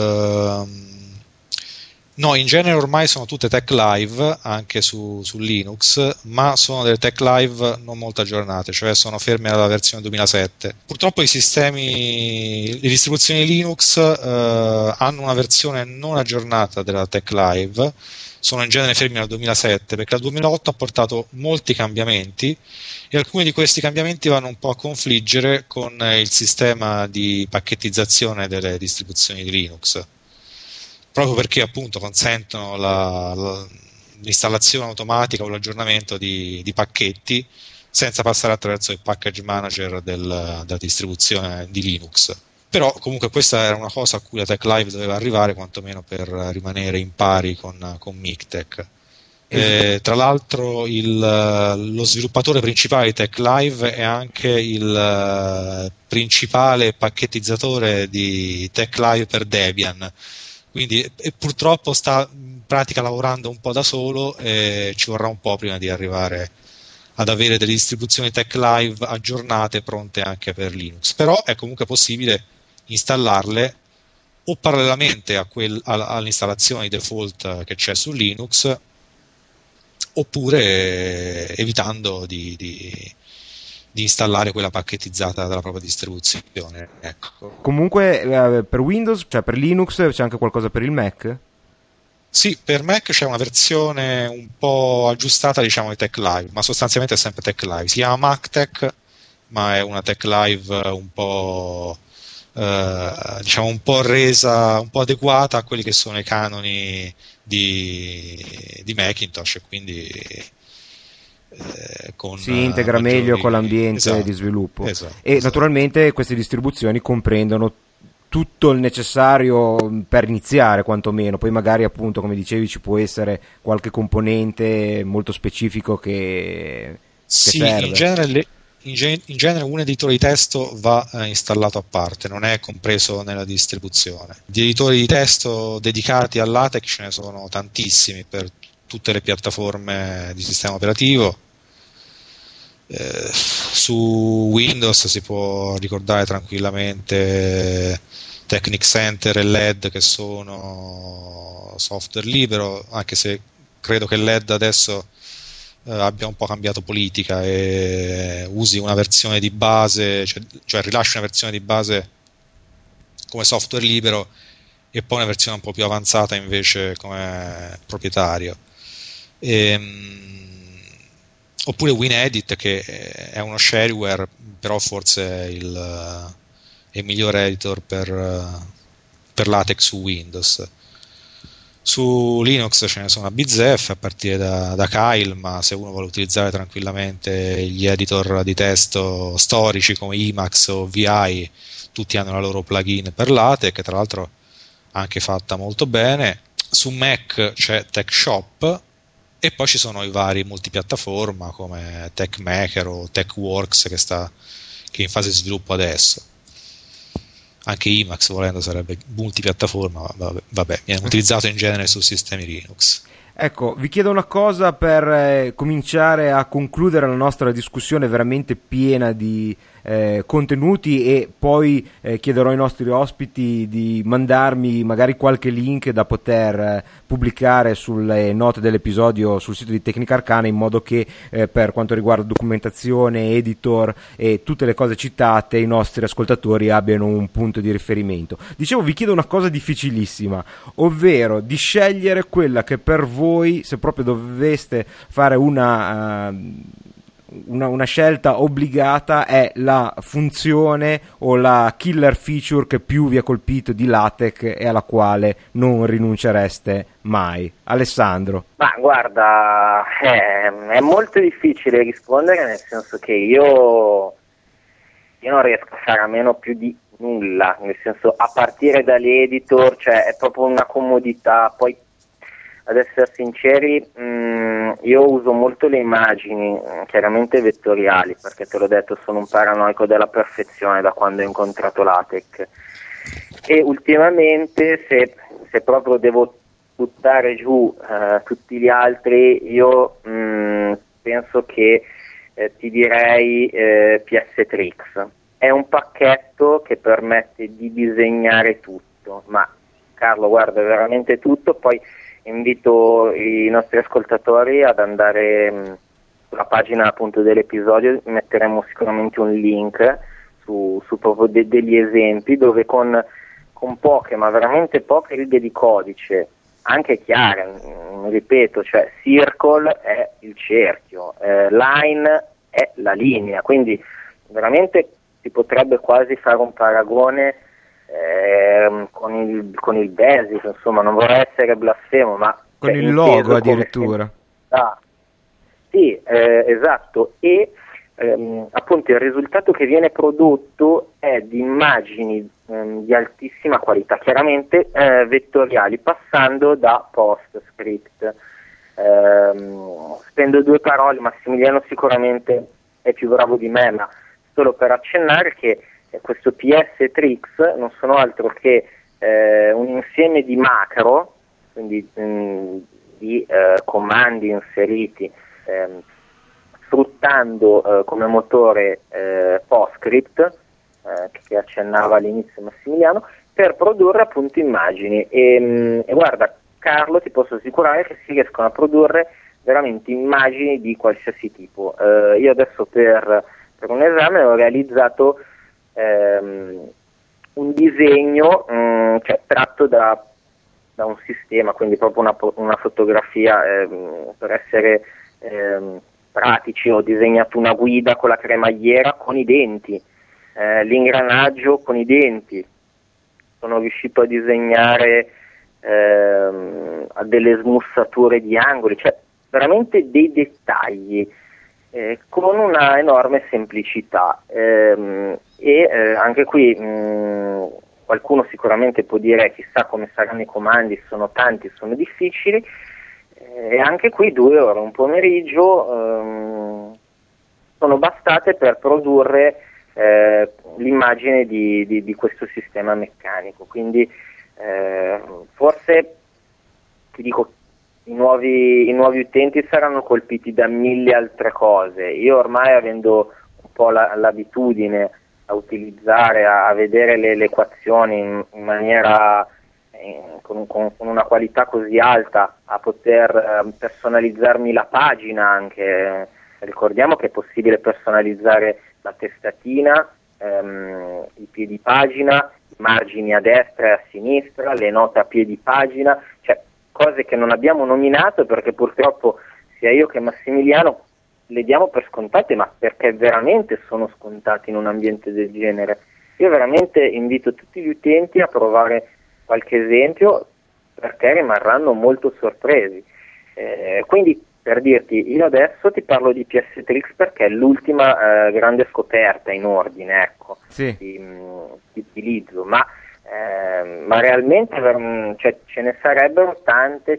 No, in genere ormai sono tutte TechLive anche su Linux, ma sono delle TechLive non molto aggiornate, cioè sono ferme alla versione 2007. Purtroppo le distribuzioni Linux hanno una versione non aggiornata della TechLive, sono in genere fermi al 2007, perché al 2008 ha portato molti cambiamenti e alcuni di questi cambiamenti vanno un po' a confliggere con il sistema di pacchettizzazione delle distribuzioni di Linux, proprio perché appunto consentono l'installazione automatica o l'aggiornamento di pacchetti senza passare attraverso il package manager della distribuzione di Linux. Però comunque questa era una cosa a cui la Tech Live doveva arrivare, quantomeno per rimanere in pari con MikTek. Tra l'altro lo sviluppatore principale di Tech Live è anche il principale pacchettizzatore di Tech Live per Debian, quindi purtroppo sta in pratica lavorando un po' da solo e ci vorrà un po' prima di arrivare ad avere delle distribuzioni Tech Live aggiornate, pronte anche per Linux. Però è comunque possibile installarle o parallelamente all'installazione di default che c'è su Linux, oppure evitando di installare quella pacchettizzata dalla propria distribuzione. Ecco. Comunque per Windows, cioè per Linux, c'è anche qualcosa per il Mac? Sì, per Mac c'è una versione un po' aggiustata, diciamo, di Tech Live, ma sostanzialmente è sempre Tech Live. Si chiama MacTech, ma è una Tech Live un po' diciamo un po' resa, un po' adeguata a quelli che sono i canoni di Macintosh, e quindi si integra meglio con l'ambiente di sviluppo. E naturalmente queste distribuzioni comprendono tutto il necessario per iniziare, quantomeno. Poi magari, appunto, come dicevi, ci può essere qualche componente molto specifico che serve. In genere un editore di testo va installato a parte, non è compreso nella distribuzione. Di editori di testo dedicati al LaTeX ce ne sono tantissimi per tutte le piattaforme di sistema operativo. Su Windows si può ricordare tranquillamente Technic Center e LED, che sono software libero, anche se credo che LED adesso abbia un po' cambiato politica e usi una versione di base, cioè rilasci una versione di base come software libero e poi una versione un po' più avanzata invece come proprietario. Oppure WinEdit, che è uno shareware, però forse è il migliore editor per LaTeX su Windows. Su Linux ce ne sono a bizzeffe, a partire da Kyle, ma se uno vuole utilizzare tranquillamente gli editor di testo storici come Emacs o VI, tutti hanno la loro plugin per LaTeX, tra l'altro anche fatta molto bene. Su Mac c'è TechShop, e poi ci sono i vari multipiattaforma come TechMaker o TechWorks che è in fase di sviluppo adesso. Anche Emacs, volendo, sarebbe multipiattaforma, ma vabbè, viene utilizzato in genere su sistemi Linux. Ecco, vi chiedo una cosa per cominciare a concludere la nostra discussione veramente piena di contenuti, e poi chiederò ai nostri ospiti di mandarmi magari qualche link da poter pubblicare sulle note dell'episodio sul sito di Tecnica Arcana, in modo che per quanto riguarda documentazione, editor e tutte le cose citate, i nostri ascoltatori abbiano un punto di riferimento. Dicevo, vi chiedo una cosa difficilissima, ovvero di scegliere quella che per voi, se proprio doveste fare una scelta obbligata, è la funzione o la killer feature che più vi ha colpito di LaTeX e alla quale non rinuncereste mai. Alessandro. Ma guarda, è molto difficile rispondere, nel senso che io non riesco a fare a meno più di nulla, nel senso, a partire dall'editor, cioè è proprio una comodità. Poi, ad essere sinceri, io uso molto le immagini, chiaramente vettoriali, perché te l'ho detto, sono un paranoico della perfezione da quando ho incontrato LaTeX, e ultimamente se proprio devo buttare giù tutti gli altri, io penso che ti direi PS-Trix. È un pacchetto che permette di disegnare tutto, ma Carlo, guarda, veramente tutto. Poi invito i nostri ascoltatori ad andare sulla pagina, appunto, dell'episodio, metteremo sicuramente un link su proprio degli esempi dove con poche, ma veramente poche righe di codice, anche chiare, ripeto, cioè Circle è il cerchio, Line è la linea, quindi veramente si potrebbe quasi fare un paragone con il Basic, insomma, non vorrei essere blasfemo, ma Con il logo addirittura. Sì, esatto, e appunto il risultato che viene prodotto è di immagini di altissima qualità, chiaramente vettoriali, passando da PostScript. Spendo due parole, Massimiliano sicuramente è più bravo di me, ma solo per accennare che questo PS Tricks non sono altro che un insieme di macro, quindi di comandi inseriti sfruttando come motore PostScript, che accennava all'inizio Massimiliano, per produrre appunto immagini e guarda Carlo, ti posso assicurare che si riescono a produrre veramente immagini di qualsiasi tipo. Io adesso per un esame ho realizzato un disegno tratto da un sistema, quindi proprio una fotografia, per essere pratici. Ho disegnato una guida con la cremagliera con i denti, l'ingranaggio con i denti, sono riuscito a disegnare a delle smussature di angoli, cioè veramente dei dettagli con una enorme semplicità e anche qui qualcuno sicuramente può dire chissà come saranno i comandi, sono tanti, sono difficili, e anche qui 2 ore un pomeriggio sono bastate per produrre l'immagine di questo sistema meccanico, quindi forse ti dico i nuovi utenti saranno colpiti da 1000 altre cose. Io ormai, avendo un po' l'abitudine a utilizzare, a vedere le equazioni in maniera con una qualità così alta, a poter personalizzarmi la pagina anche, ricordiamo che è possibile personalizzare la testatina, i piedi pagina, i margini a destra e a sinistra, le note a piedi pagina, cioè cose che non abbiamo nominato perché purtroppo sia io che Massimiliano le diamo per scontate, ma perché veramente sono scontate in un ambiente del genere. Io veramente invito tutti gli utenti a provare qualche esempio perché rimarranno molto sorpresi. Quindi, per dirti, io adesso ti parlo di PS Tricks perché è l'ultima grande scoperta in ordine, ecco, sì, di utilizzo, ma realmente cioè, ce ne sarebbero tante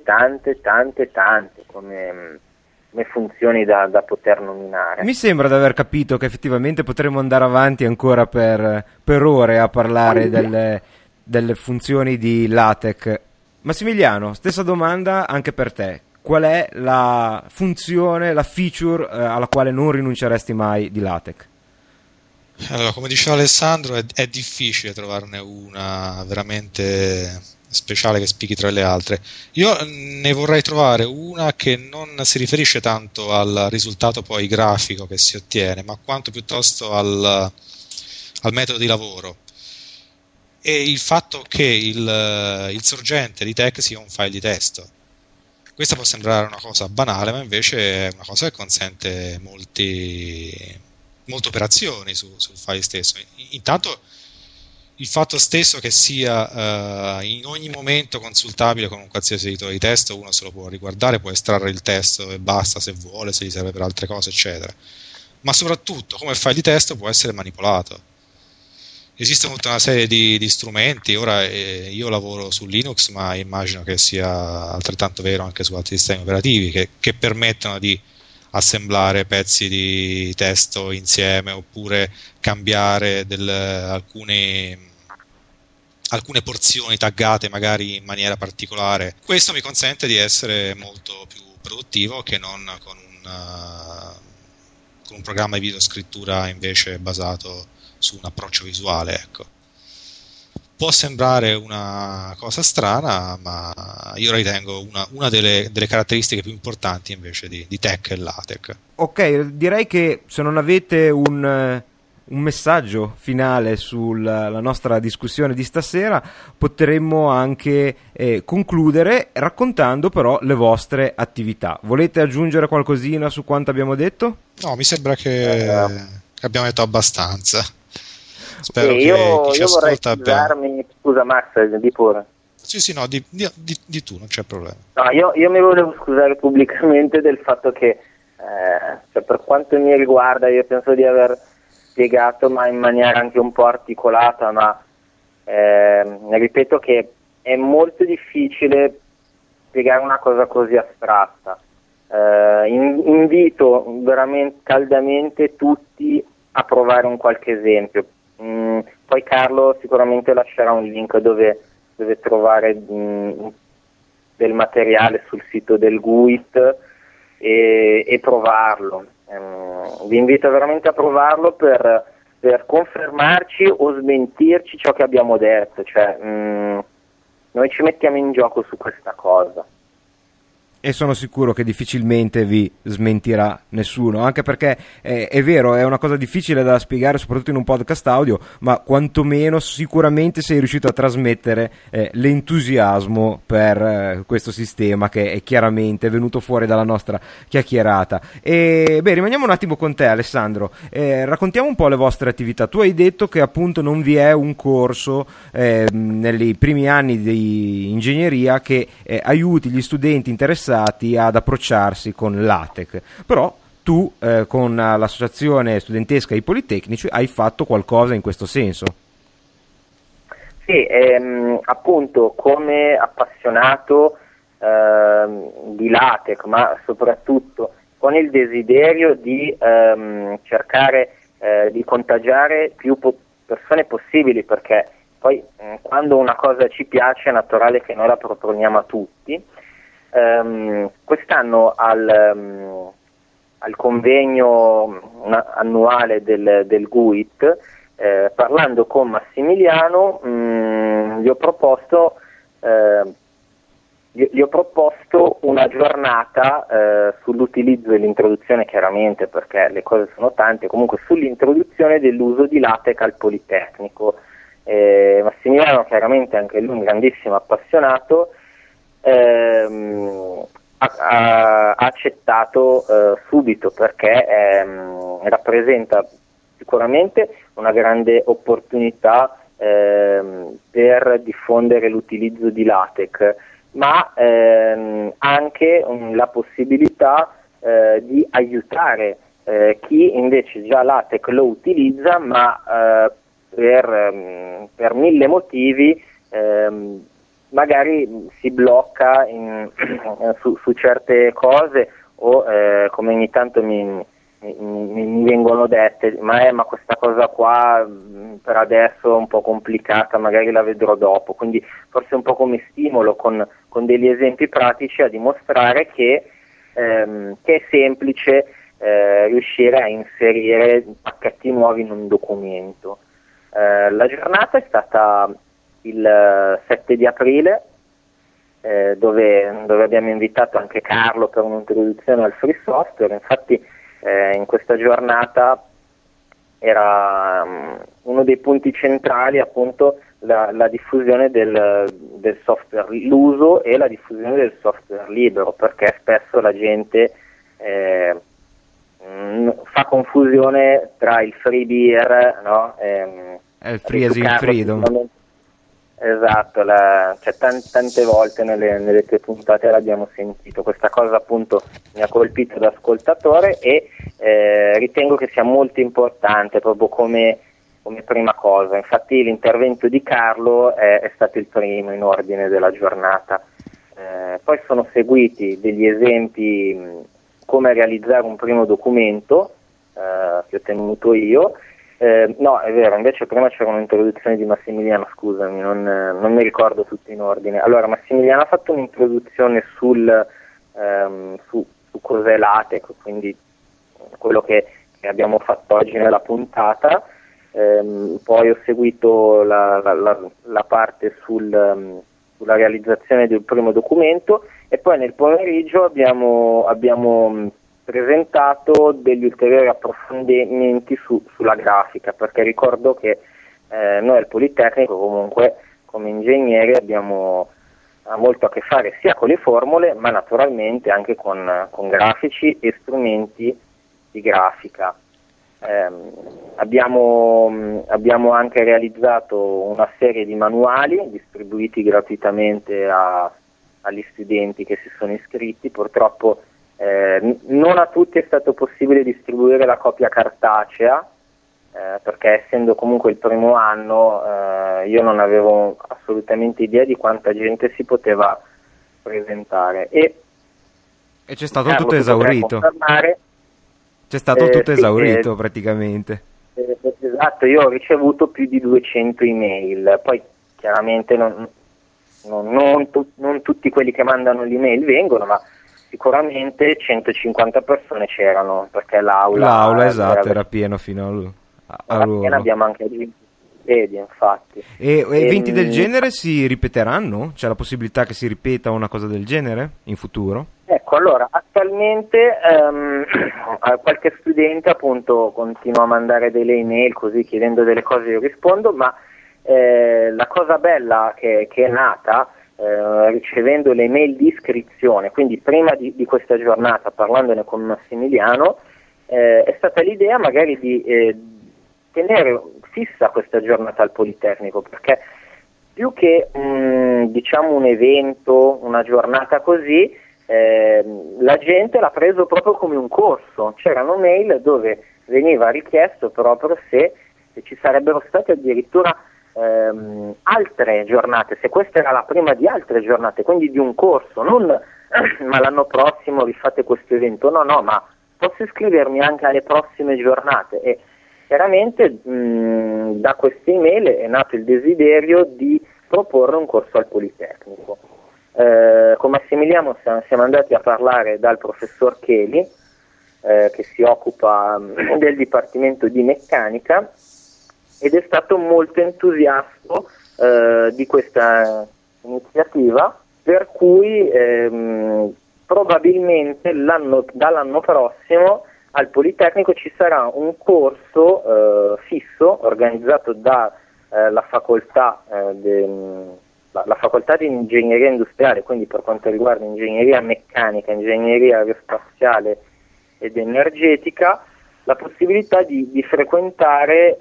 come funzioni da poter nominare. Mi sembra di aver capito che effettivamente potremmo andare avanti ancora per ore a parlare delle funzioni di LaTeX. Massimiliano, stessa domanda anche per te. Qual è la funzione, la feature alla quale non rinunceresti mai di LaTeX? Allora, come diceva Alessandro, è difficile trovarne una veramente speciale che spicchi tra le altre. Io ne vorrei trovare una che non si riferisce tanto al risultato poi grafico che si ottiene, ma quanto piuttosto al metodo di lavoro. E il fatto che il sorgente di text sia un file di testo. Questa può sembrare una cosa banale, ma invece è una cosa che consente molte operazioni sul file stesso. Intanto il fatto stesso che sia in ogni momento consultabile con un qualsiasi editore di testo, uno se lo può riguardare, può estrarre il testo e basta se vuole, se gli serve per altre cose, eccetera. Ma soprattutto, come file di testo, può essere manipolato. Esiste tutta una serie di strumenti. Ora io lavoro su Linux, ma immagino che sia altrettanto vero anche su altri sistemi operativi che permettono di assemblare pezzi di testo insieme oppure cambiare alcune porzioni taggate magari in maniera particolare. Questo mi consente di essere molto più produttivo che non con un programma di videoscrittura invece basato su un approccio visuale, ecco. Può sembrare una cosa strana, ma io ritengo una delle caratteristiche più importanti invece di TeX e LaTeX. Ok, direi che se non avete un messaggio finale sulla nostra discussione di stasera, potremmo anche concludere raccontando però le vostre attività. Volete aggiungere qualcosina su quanto abbiamo detto? No, mi sembra che abbiamo detto abbastanza. Spero che io chi ci vorrei ascolta abbia... Scusa Max, di pure. Sì, no, di tu, non c'è problema. No, io mi volevo scusare pubblicamente del fatto che, cioè, per quanto mi riguarda, io penso di aver spiegato, ma in maniera anche un po' articolata, ma ripeto che è molto difficile spiegare una cosa così astratta. Invito veramente caldamente tutti a provare un qualche esempio. Poi Carlo sicuramente lascerà un link dove trovare del materiale sul sito del GUIT e provarlo. Vi invito veramente a provarlo per confermarci o smentirci ciò che abbiamo detto, cioè noi ci mettiamo in gioco su questa cosa. E sono sicuro che difficilmente vi smentirà nessuno, anche perché è vero, è una cosa difficile da spiegare soprattutto in un podcast audio, ma quantomeno sicuramente sei riuscito a trasmettere l'entusiasmo per questo sistema che è chiaramente venuto fuori dalla nostra chiacchierata. E beh, rimaniamo un attimo con te, Alessandro, raccontiamo un po' le vostre attività. Tu hai detto che appunto non vi è un corso nei primi anni di ingegneria che aiuti gli studenti interessati ad approcciarsi con l'ATEC, però tu con l'associazione studentesca I Politecnici hai fatto qualcosa in questo senso. Sì, appunto come appassionato di LaTeX, ma soprattutto con il desiderio di cercare di contagiare più persone possibili, perché poi quando una cosa ci piace è naturale che noi la proponiamo a tutti. Quest'anno al convegno annuale del GUIT, parlando con Massimiliano, gli ho proposto una giornata sull'utilizzo e l'introduzione, chiaramente perché le cose sono tante, comunque sull'introduzione dell'uso di LaTeX al Politecnico. Massimiliano, chiaramente anche lui un grandissimo appassionato, ha accettato subito, perché rappresenta sicuramente una grande opportunità per diffondere l'utilizzo di LaTeX, ma anche la possibilità di aiutare chi invece già LaTeX lo utilizza, ma per mille motivi magari si blocca su certe cose, o come ogni tanto mi vengono dette, ma questa cosa qua per adesso è un po' complicata, magari la vedrò dopo. Quindi forse un po' come stimolo con degli esempi pratici a dimostrare che è semplice riuscire a inserire pacchetti nuovi in un documento. La giornata è stata il 7 di aprile, dove abbiamo invitato anche Carlo per un'introduzione al free software. Infatti in questa giornata era uno dei punti centrali appunto la diffusione del software, l'uso e la diffusione del software libero, perché spesso la gente fa confusione tra il free beer, no? Il free as in freedom. Esatto, cioè tante volte nelle tue puntate l'abbiamo sentito, questa cosa appunto mi ha colpito da ascoltatore, e ritengo che sia molto importante proprio come prima cosa. Infatti l'intervento di Carlo è stato il primo in ordine della giornata, poi sono seguiti degli esempi come realizzare un primo documento che ho tenuto io. No, è vero, invece prima c'era un'introduzione di Massimiliano, scusami, non mi ricordo tutto in ordine. Allora, Massimiliano ha fatto un'introduzione su cos'è LaTeX, quindi quello che abbiamo fatto oggi nella puntata, poi ho seguito la parte sulla realizzazione del primo documento, e poi nel pomeriggio abbiamo presentato degli ulteriori approfondimenti sulla grafica, perché ricordo che noi al Politecnico comunque come ingegneri abbiamo molto a che fare sia con le formule, ma naturalmente anche con grafici e strumenti di grafica. Abbiamo anche realizzato una serie di manuali distribuiti gratuitamente agli studenti che si sono iscritti. Purtroppo non a tutti è stato possibile distribuire la copia cartacea, perché essendo comunque il primo anno io non avevo assolutamente idea di quanta gente si poteva presentare, e c'è stato tutto esaurito. C'è stato tutto esaurito praticamente. Esatto, io ho ricevuto più di 200 email, poi chiaramente non tutti quelli che mandano l'email vengono, ma sicuramente 150 persone c'erano, perché l'aula esatto, era pieno fino all'ora. Abbiamo anche aggiunto vedi, infatti. E eventi del genere si ripeteranno? C'è la possibilità che si ripeta una cosa del genere in futuro? Ecco, allora, attualmente qualche studente appunto continua a mandare delle email così chiedendo delle cose, io rispondo, ma la cosa bella che è nata ricevendo le email di iscrizione, quindi prima di questa giornata, parlandone con Massimiliano, è stata l'idea magari di tenere fissa questa giornata al Politecnico, perché più che diciamo un evento, una giornata così, la gente l'ha preso proprio come un corso. C'erano mail dove veniva richiesto proprio se ci sarebbero state addirittura altre giornate, se questa era la prima di altre giornate, quindi di un corso, non ma l'anno prossimo rifate questo evento, no, ma posso iscrivermi anche alle prossime giornate. E chiaramente da queste email è nato il desiderio di proporre un corso al Politecnico. Con Massimiliano siamo andati a parlare dal professor Cheli, che si occupa del Dipartimento di Meccanica, ed è stato molto entusiasta di questa iniziativa, per cui probabilmente dall'anno prossimo al Politecnico ci sarà un corso fisso organizzato dalla facoltà la facoltà di ingegneria industriale, quindi per quanto riguarda ingegneria meccanica, ingegneria aerospaziale ed energetica, la possibilità di frequentare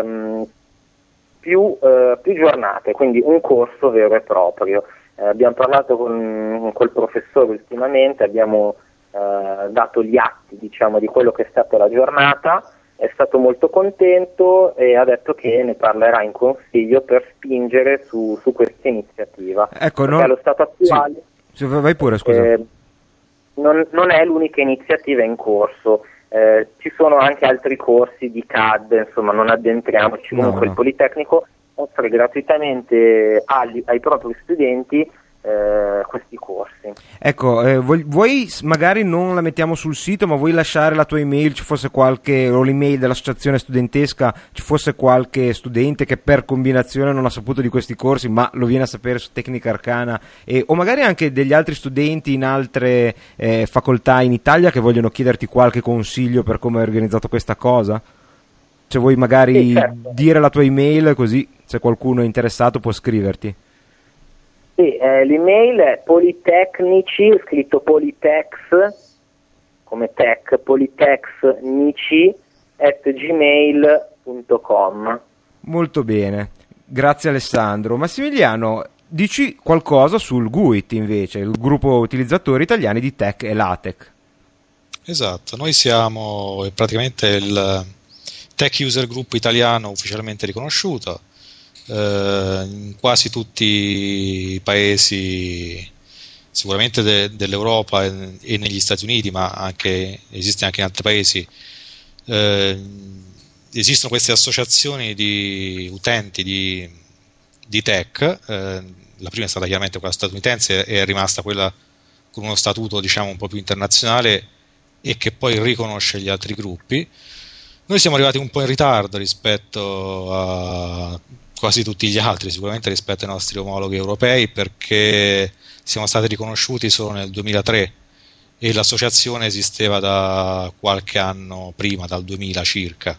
più giornate, quindi un corso vero e proprio. Abbiamo parlato col professore ultimamente, abbiamo dato gli atti, diciamo, di quello che è stata la giornata. È stato molto contento e ha detto che ne parlerà in consiglio per spingere su questa iniziativa. Ecco, perché allo stato attuale vai pure, scusa. Non è l'unica iniziativa in corso, ci sono anche altri corsi di CAD, insomma non addentriamoci. Comunque il Politecnico offre gratuitamente ai propri studenti questi corsi. Ecco, vuoi magari non la mettiamo sul sito, ma vuoi lasciare la tua email, ci fosse qualche, o l'email dell'associazione studentesca, ci fosse qualche studente che per combinazione non ha saputo di questi corsi ma lo viene a sapere su Tecnica Arcana, o magari anche degli altri studenti in altre facoltà in Italia che vogliono chiederti qualche consiglio per come hai organizzato questa cosa? Se vuoi magari dire la tua email, così se qualcuno è interessato può scriverti. Sì, l'email è politecnici, scritto politex, come tech, politecnici@gmail.com. Molto bene, grazie Alessandro. Massimiliano, dici qualcosa sul GUIT invece, il gruppo utilizzatori italiani di Tech e LaTeX. Esatto, noi siamo praticamente il Tech User Group italiano ufficialmente riconosciuto. In quasi tutti i paesi sicuramente dell'Europa e negli Stati Uniti, ma esiste anche in altri paesi, esistono queste associazioni di utenti di tech. La prima è stata chiaramente quella statunitense e è rimasta quella con uno statuto, diciamo, un po' più internazionale e che poi riconosce gli altri gruppi. Noi siamo arrivati un po' in ritardo rispetto a quasi tutti gli altri, sicuramente rispetto ai nostri omologhi europei, perché siamo stati riconosciuti solo nel 2003 e l'associazione esisteva da qualche anno prima, dal 2000 circa.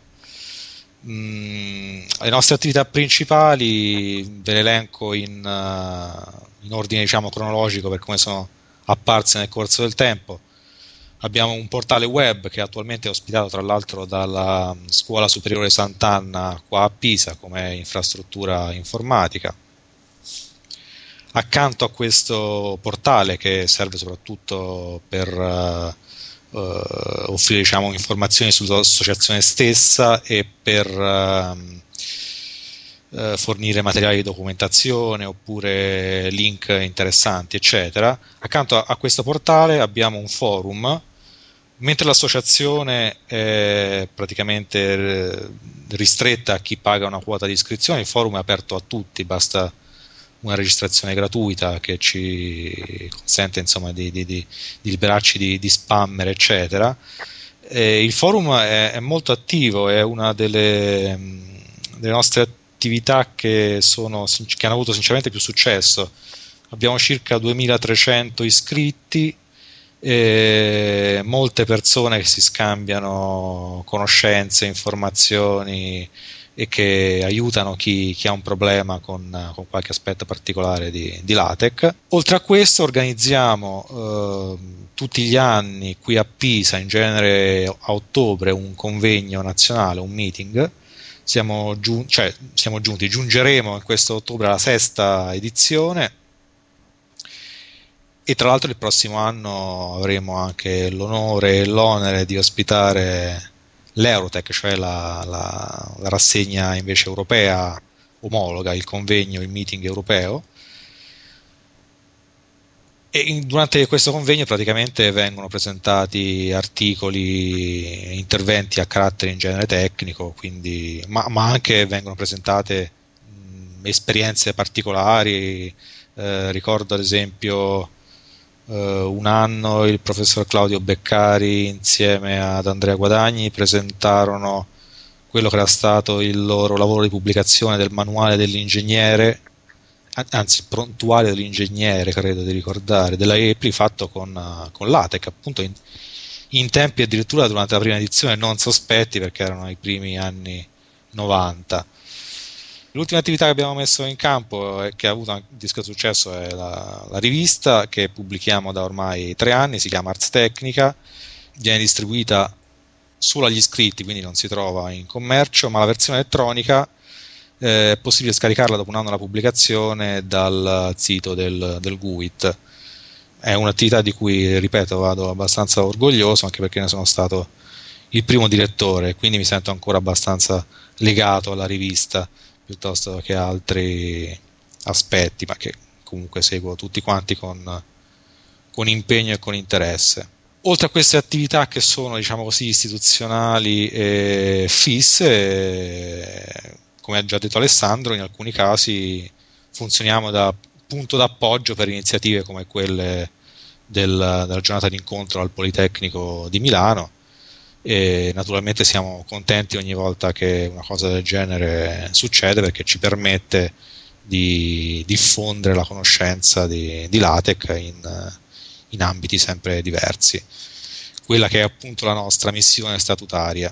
Le nostre attività principali ve le elenco in ordine, diciamo, cronologico per come sono apparse nel corso del tempo. Abbiamo un portale web che attualmente è ospitato tra l'altro dalla Scuola Superiore Sant'Anna qua a Pisa come infrastruttura informatica. Accanto a questo portale, che serve soprattutto per offrire, diciamo, informazioni sull'associazione stessa e per fornire materiali di documentazione oppure link interessanti, eccetera. Accanto a questo portale abbiamo un forum. Mentre l'associazione è praticamente ristretta a chi paga una quota di iscrizione, il forum è aperto a tutti, basta una registrazione gratuita che ci consente, insomma, di liberarci di spammer, eccetera. Il forum è molto attivo, è una delle nostre attività che hanno avuto sinceramente più successo. Abbiamo circa 2300 iscritti, molte persone che si scambiano conoscenze, informazioni e che aiutano chi ha un problema con qualche aspetto particolare di LaTeX. Oltre a questo organizziamo tutti gli anni qui a Pisa, in genere a ottobre, un convegno nazionale, un meeting. Giungeremo in questo ottobre alla 6ª edizione. E tra l'altro il prossimo anno avremo anche l'onore e l'onere di ospitare l'Eurotech, cioè la rassegna invece europea omologa, il convegno, il meeting europeo. E durante questo convegno praticamente vengono presentati articoli, interventi a carattere in genere tecnico, quindi, ma anche vengono presentate esperienze particolari. Ricordo ad esempio un anno il professor Claudio Beccari insieme ad Andrea Guadagni presentarono quello che era stato il loro lavoro di pubblicazione del manuale dell'ingegnere, anzi prontuario dell'ingegnere, credo di ricordare, della EPLI, fatto con LaTeX, appunto in tempi addirittura durante la prima edizione non sospetti, perché erano i primi anni 90. L'ultima attività che abbiamo messo in campo e che ha avuto un discreto successo è la rivista che pubblichiamo da ormai 3 anni, si chiama Ars Technica, viene distribuita solo agli iscritti, quindi non si trova in commercio, ma la versione elettronica è possibile scaricarla dopo un anno dalla pubblicazione dal sito del GUIT. È un'attività di cui, ripeto, vado abbastanza orgoglioso, anche perché ne sono stato il primo direttore, quindi mi sento ancora abbastanza legato alla rivista piuttosto che altri aspetti, ma che comunque seguo tutti quanti con impegno e con interesse. Oltre a queste attività che sono, diciamo così, istituzionali e fisse, come ha già detto Alessandro, in alcuni casi funzioniamo da punto d'appoggio per iniziative come quelle della giornata d'incontro al Politecnico di Milano, e naturalmente siamo contenti ogni volta che una cosa del genere succede, perché ci permette di diffondere la conoscenza di LaTeX in ambiti sempre diversi, quella che è appunto la nostra missione statutaria.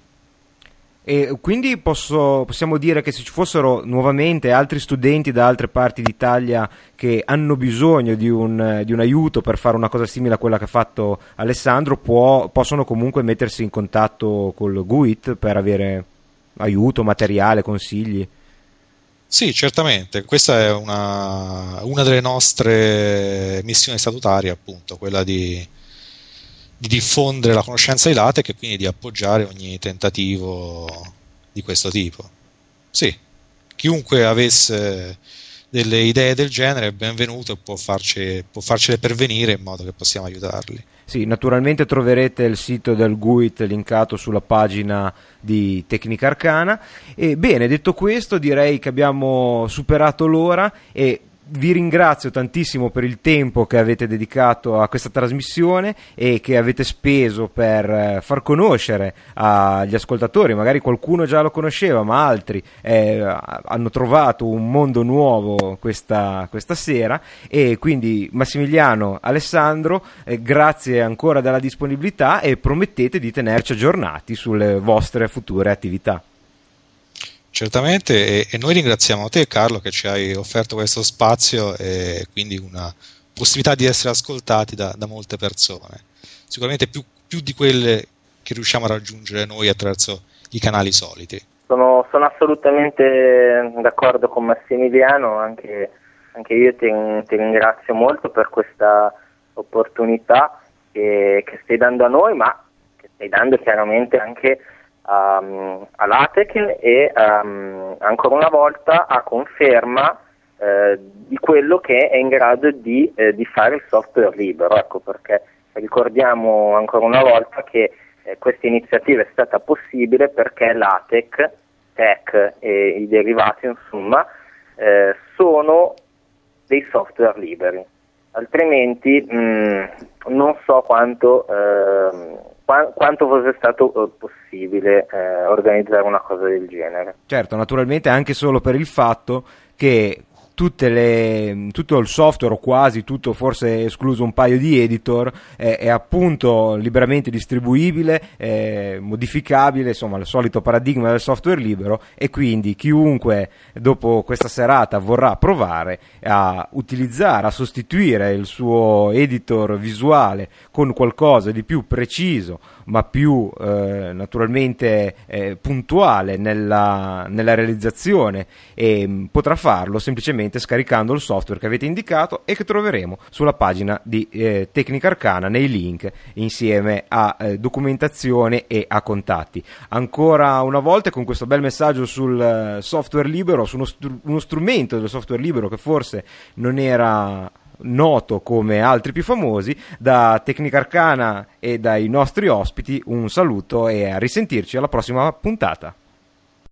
E quindi possiamo dire che se ci fossero nuovamente altri studenti da altre parti d'Italia che hanno bisogno di un aiuto per fare una cosa simile a quella che ha fatto Alessandro, possono comunque mettersi in contatto col GUIT per avere aiuto, materiale, consigli? Sì, certamente, questa è una delle nostre missioni statutarie, appunto, quella di diffondere la conoscenza di LaTeX e quindi di appoggiare ogni tentativo di questo tipo. Sì, chiunque avesse delle idee del genere è benvenuto e può farcele pervenire in modo che possiamo aiutarli. Sì, naturalmente troverete il sito del GUIT linkato sulla pagina di Tecnica Arcana. E bene, detto questo, direi che abbiamo superato l'ora e vi ringrazio tantissimo per il tempo che avete dedicato a questa trasmissione e che avete speso per far conoscere agli ascoltatori. Magari qualcuno già lo conosceva, ma altri hanno trovato un mondo nuovo questa sera. E quindi Massimiliano, Alessandro, grazie ancora della disponibilità e promettete di tenerci aggiornati sulle vostre future attività. Certamente, e noi ringraziamo te, Carlo, che ci hai offerto questo spazio e quindi una possibilità di essere ascoltati da molte persone. sicuramente più di quelle che riusciamo a raggiungere noi attraverso i canali soliti. Sono assolutamente d'accordo con Massimiliano, anche io ti ringrazio molto per questa opportunità che stai dando a noi, ma che stai dando chiaramente anche a LaTeX e ancora una volta a conferma di quello che è in grado di fare il software libero, ecco, perché ricordiamo ancora una volta che questa iniziativa è stata possibile perché LaTeX, Tech e i derivati, insomma, sono dei software liberi, altrimenti non so quanto fosse stato possibile organizzare una cosa del genere. Certo, naturalmente anche solo per il fatto che tutto il software, o quasi tutto, forse escluso un paio di editor, è appunto liberamente distribuibile, modificabile, insomma il solito paradigma del software libero, e quindi chiunque dopo questa serata vorrà provare a utilizzare, a sostituire il suo editor visuale con qualcosa di più preciso, ma più naturalmente puntuale nella realizzazione, e potrà farlo semplicemente scaricando il software che avete indicato e che troveremo sulla pagina di Tecnica Arcana nei link, insieme a documentazione e a contatti. Ancora una volta, con questo bel messaggio sul software libero, su uno strumento del software libero che forse non era noto come altri più famosi, da Tecnica Arcana e dai nostri ospiti un saluto e a risentirci alla prossima puntata.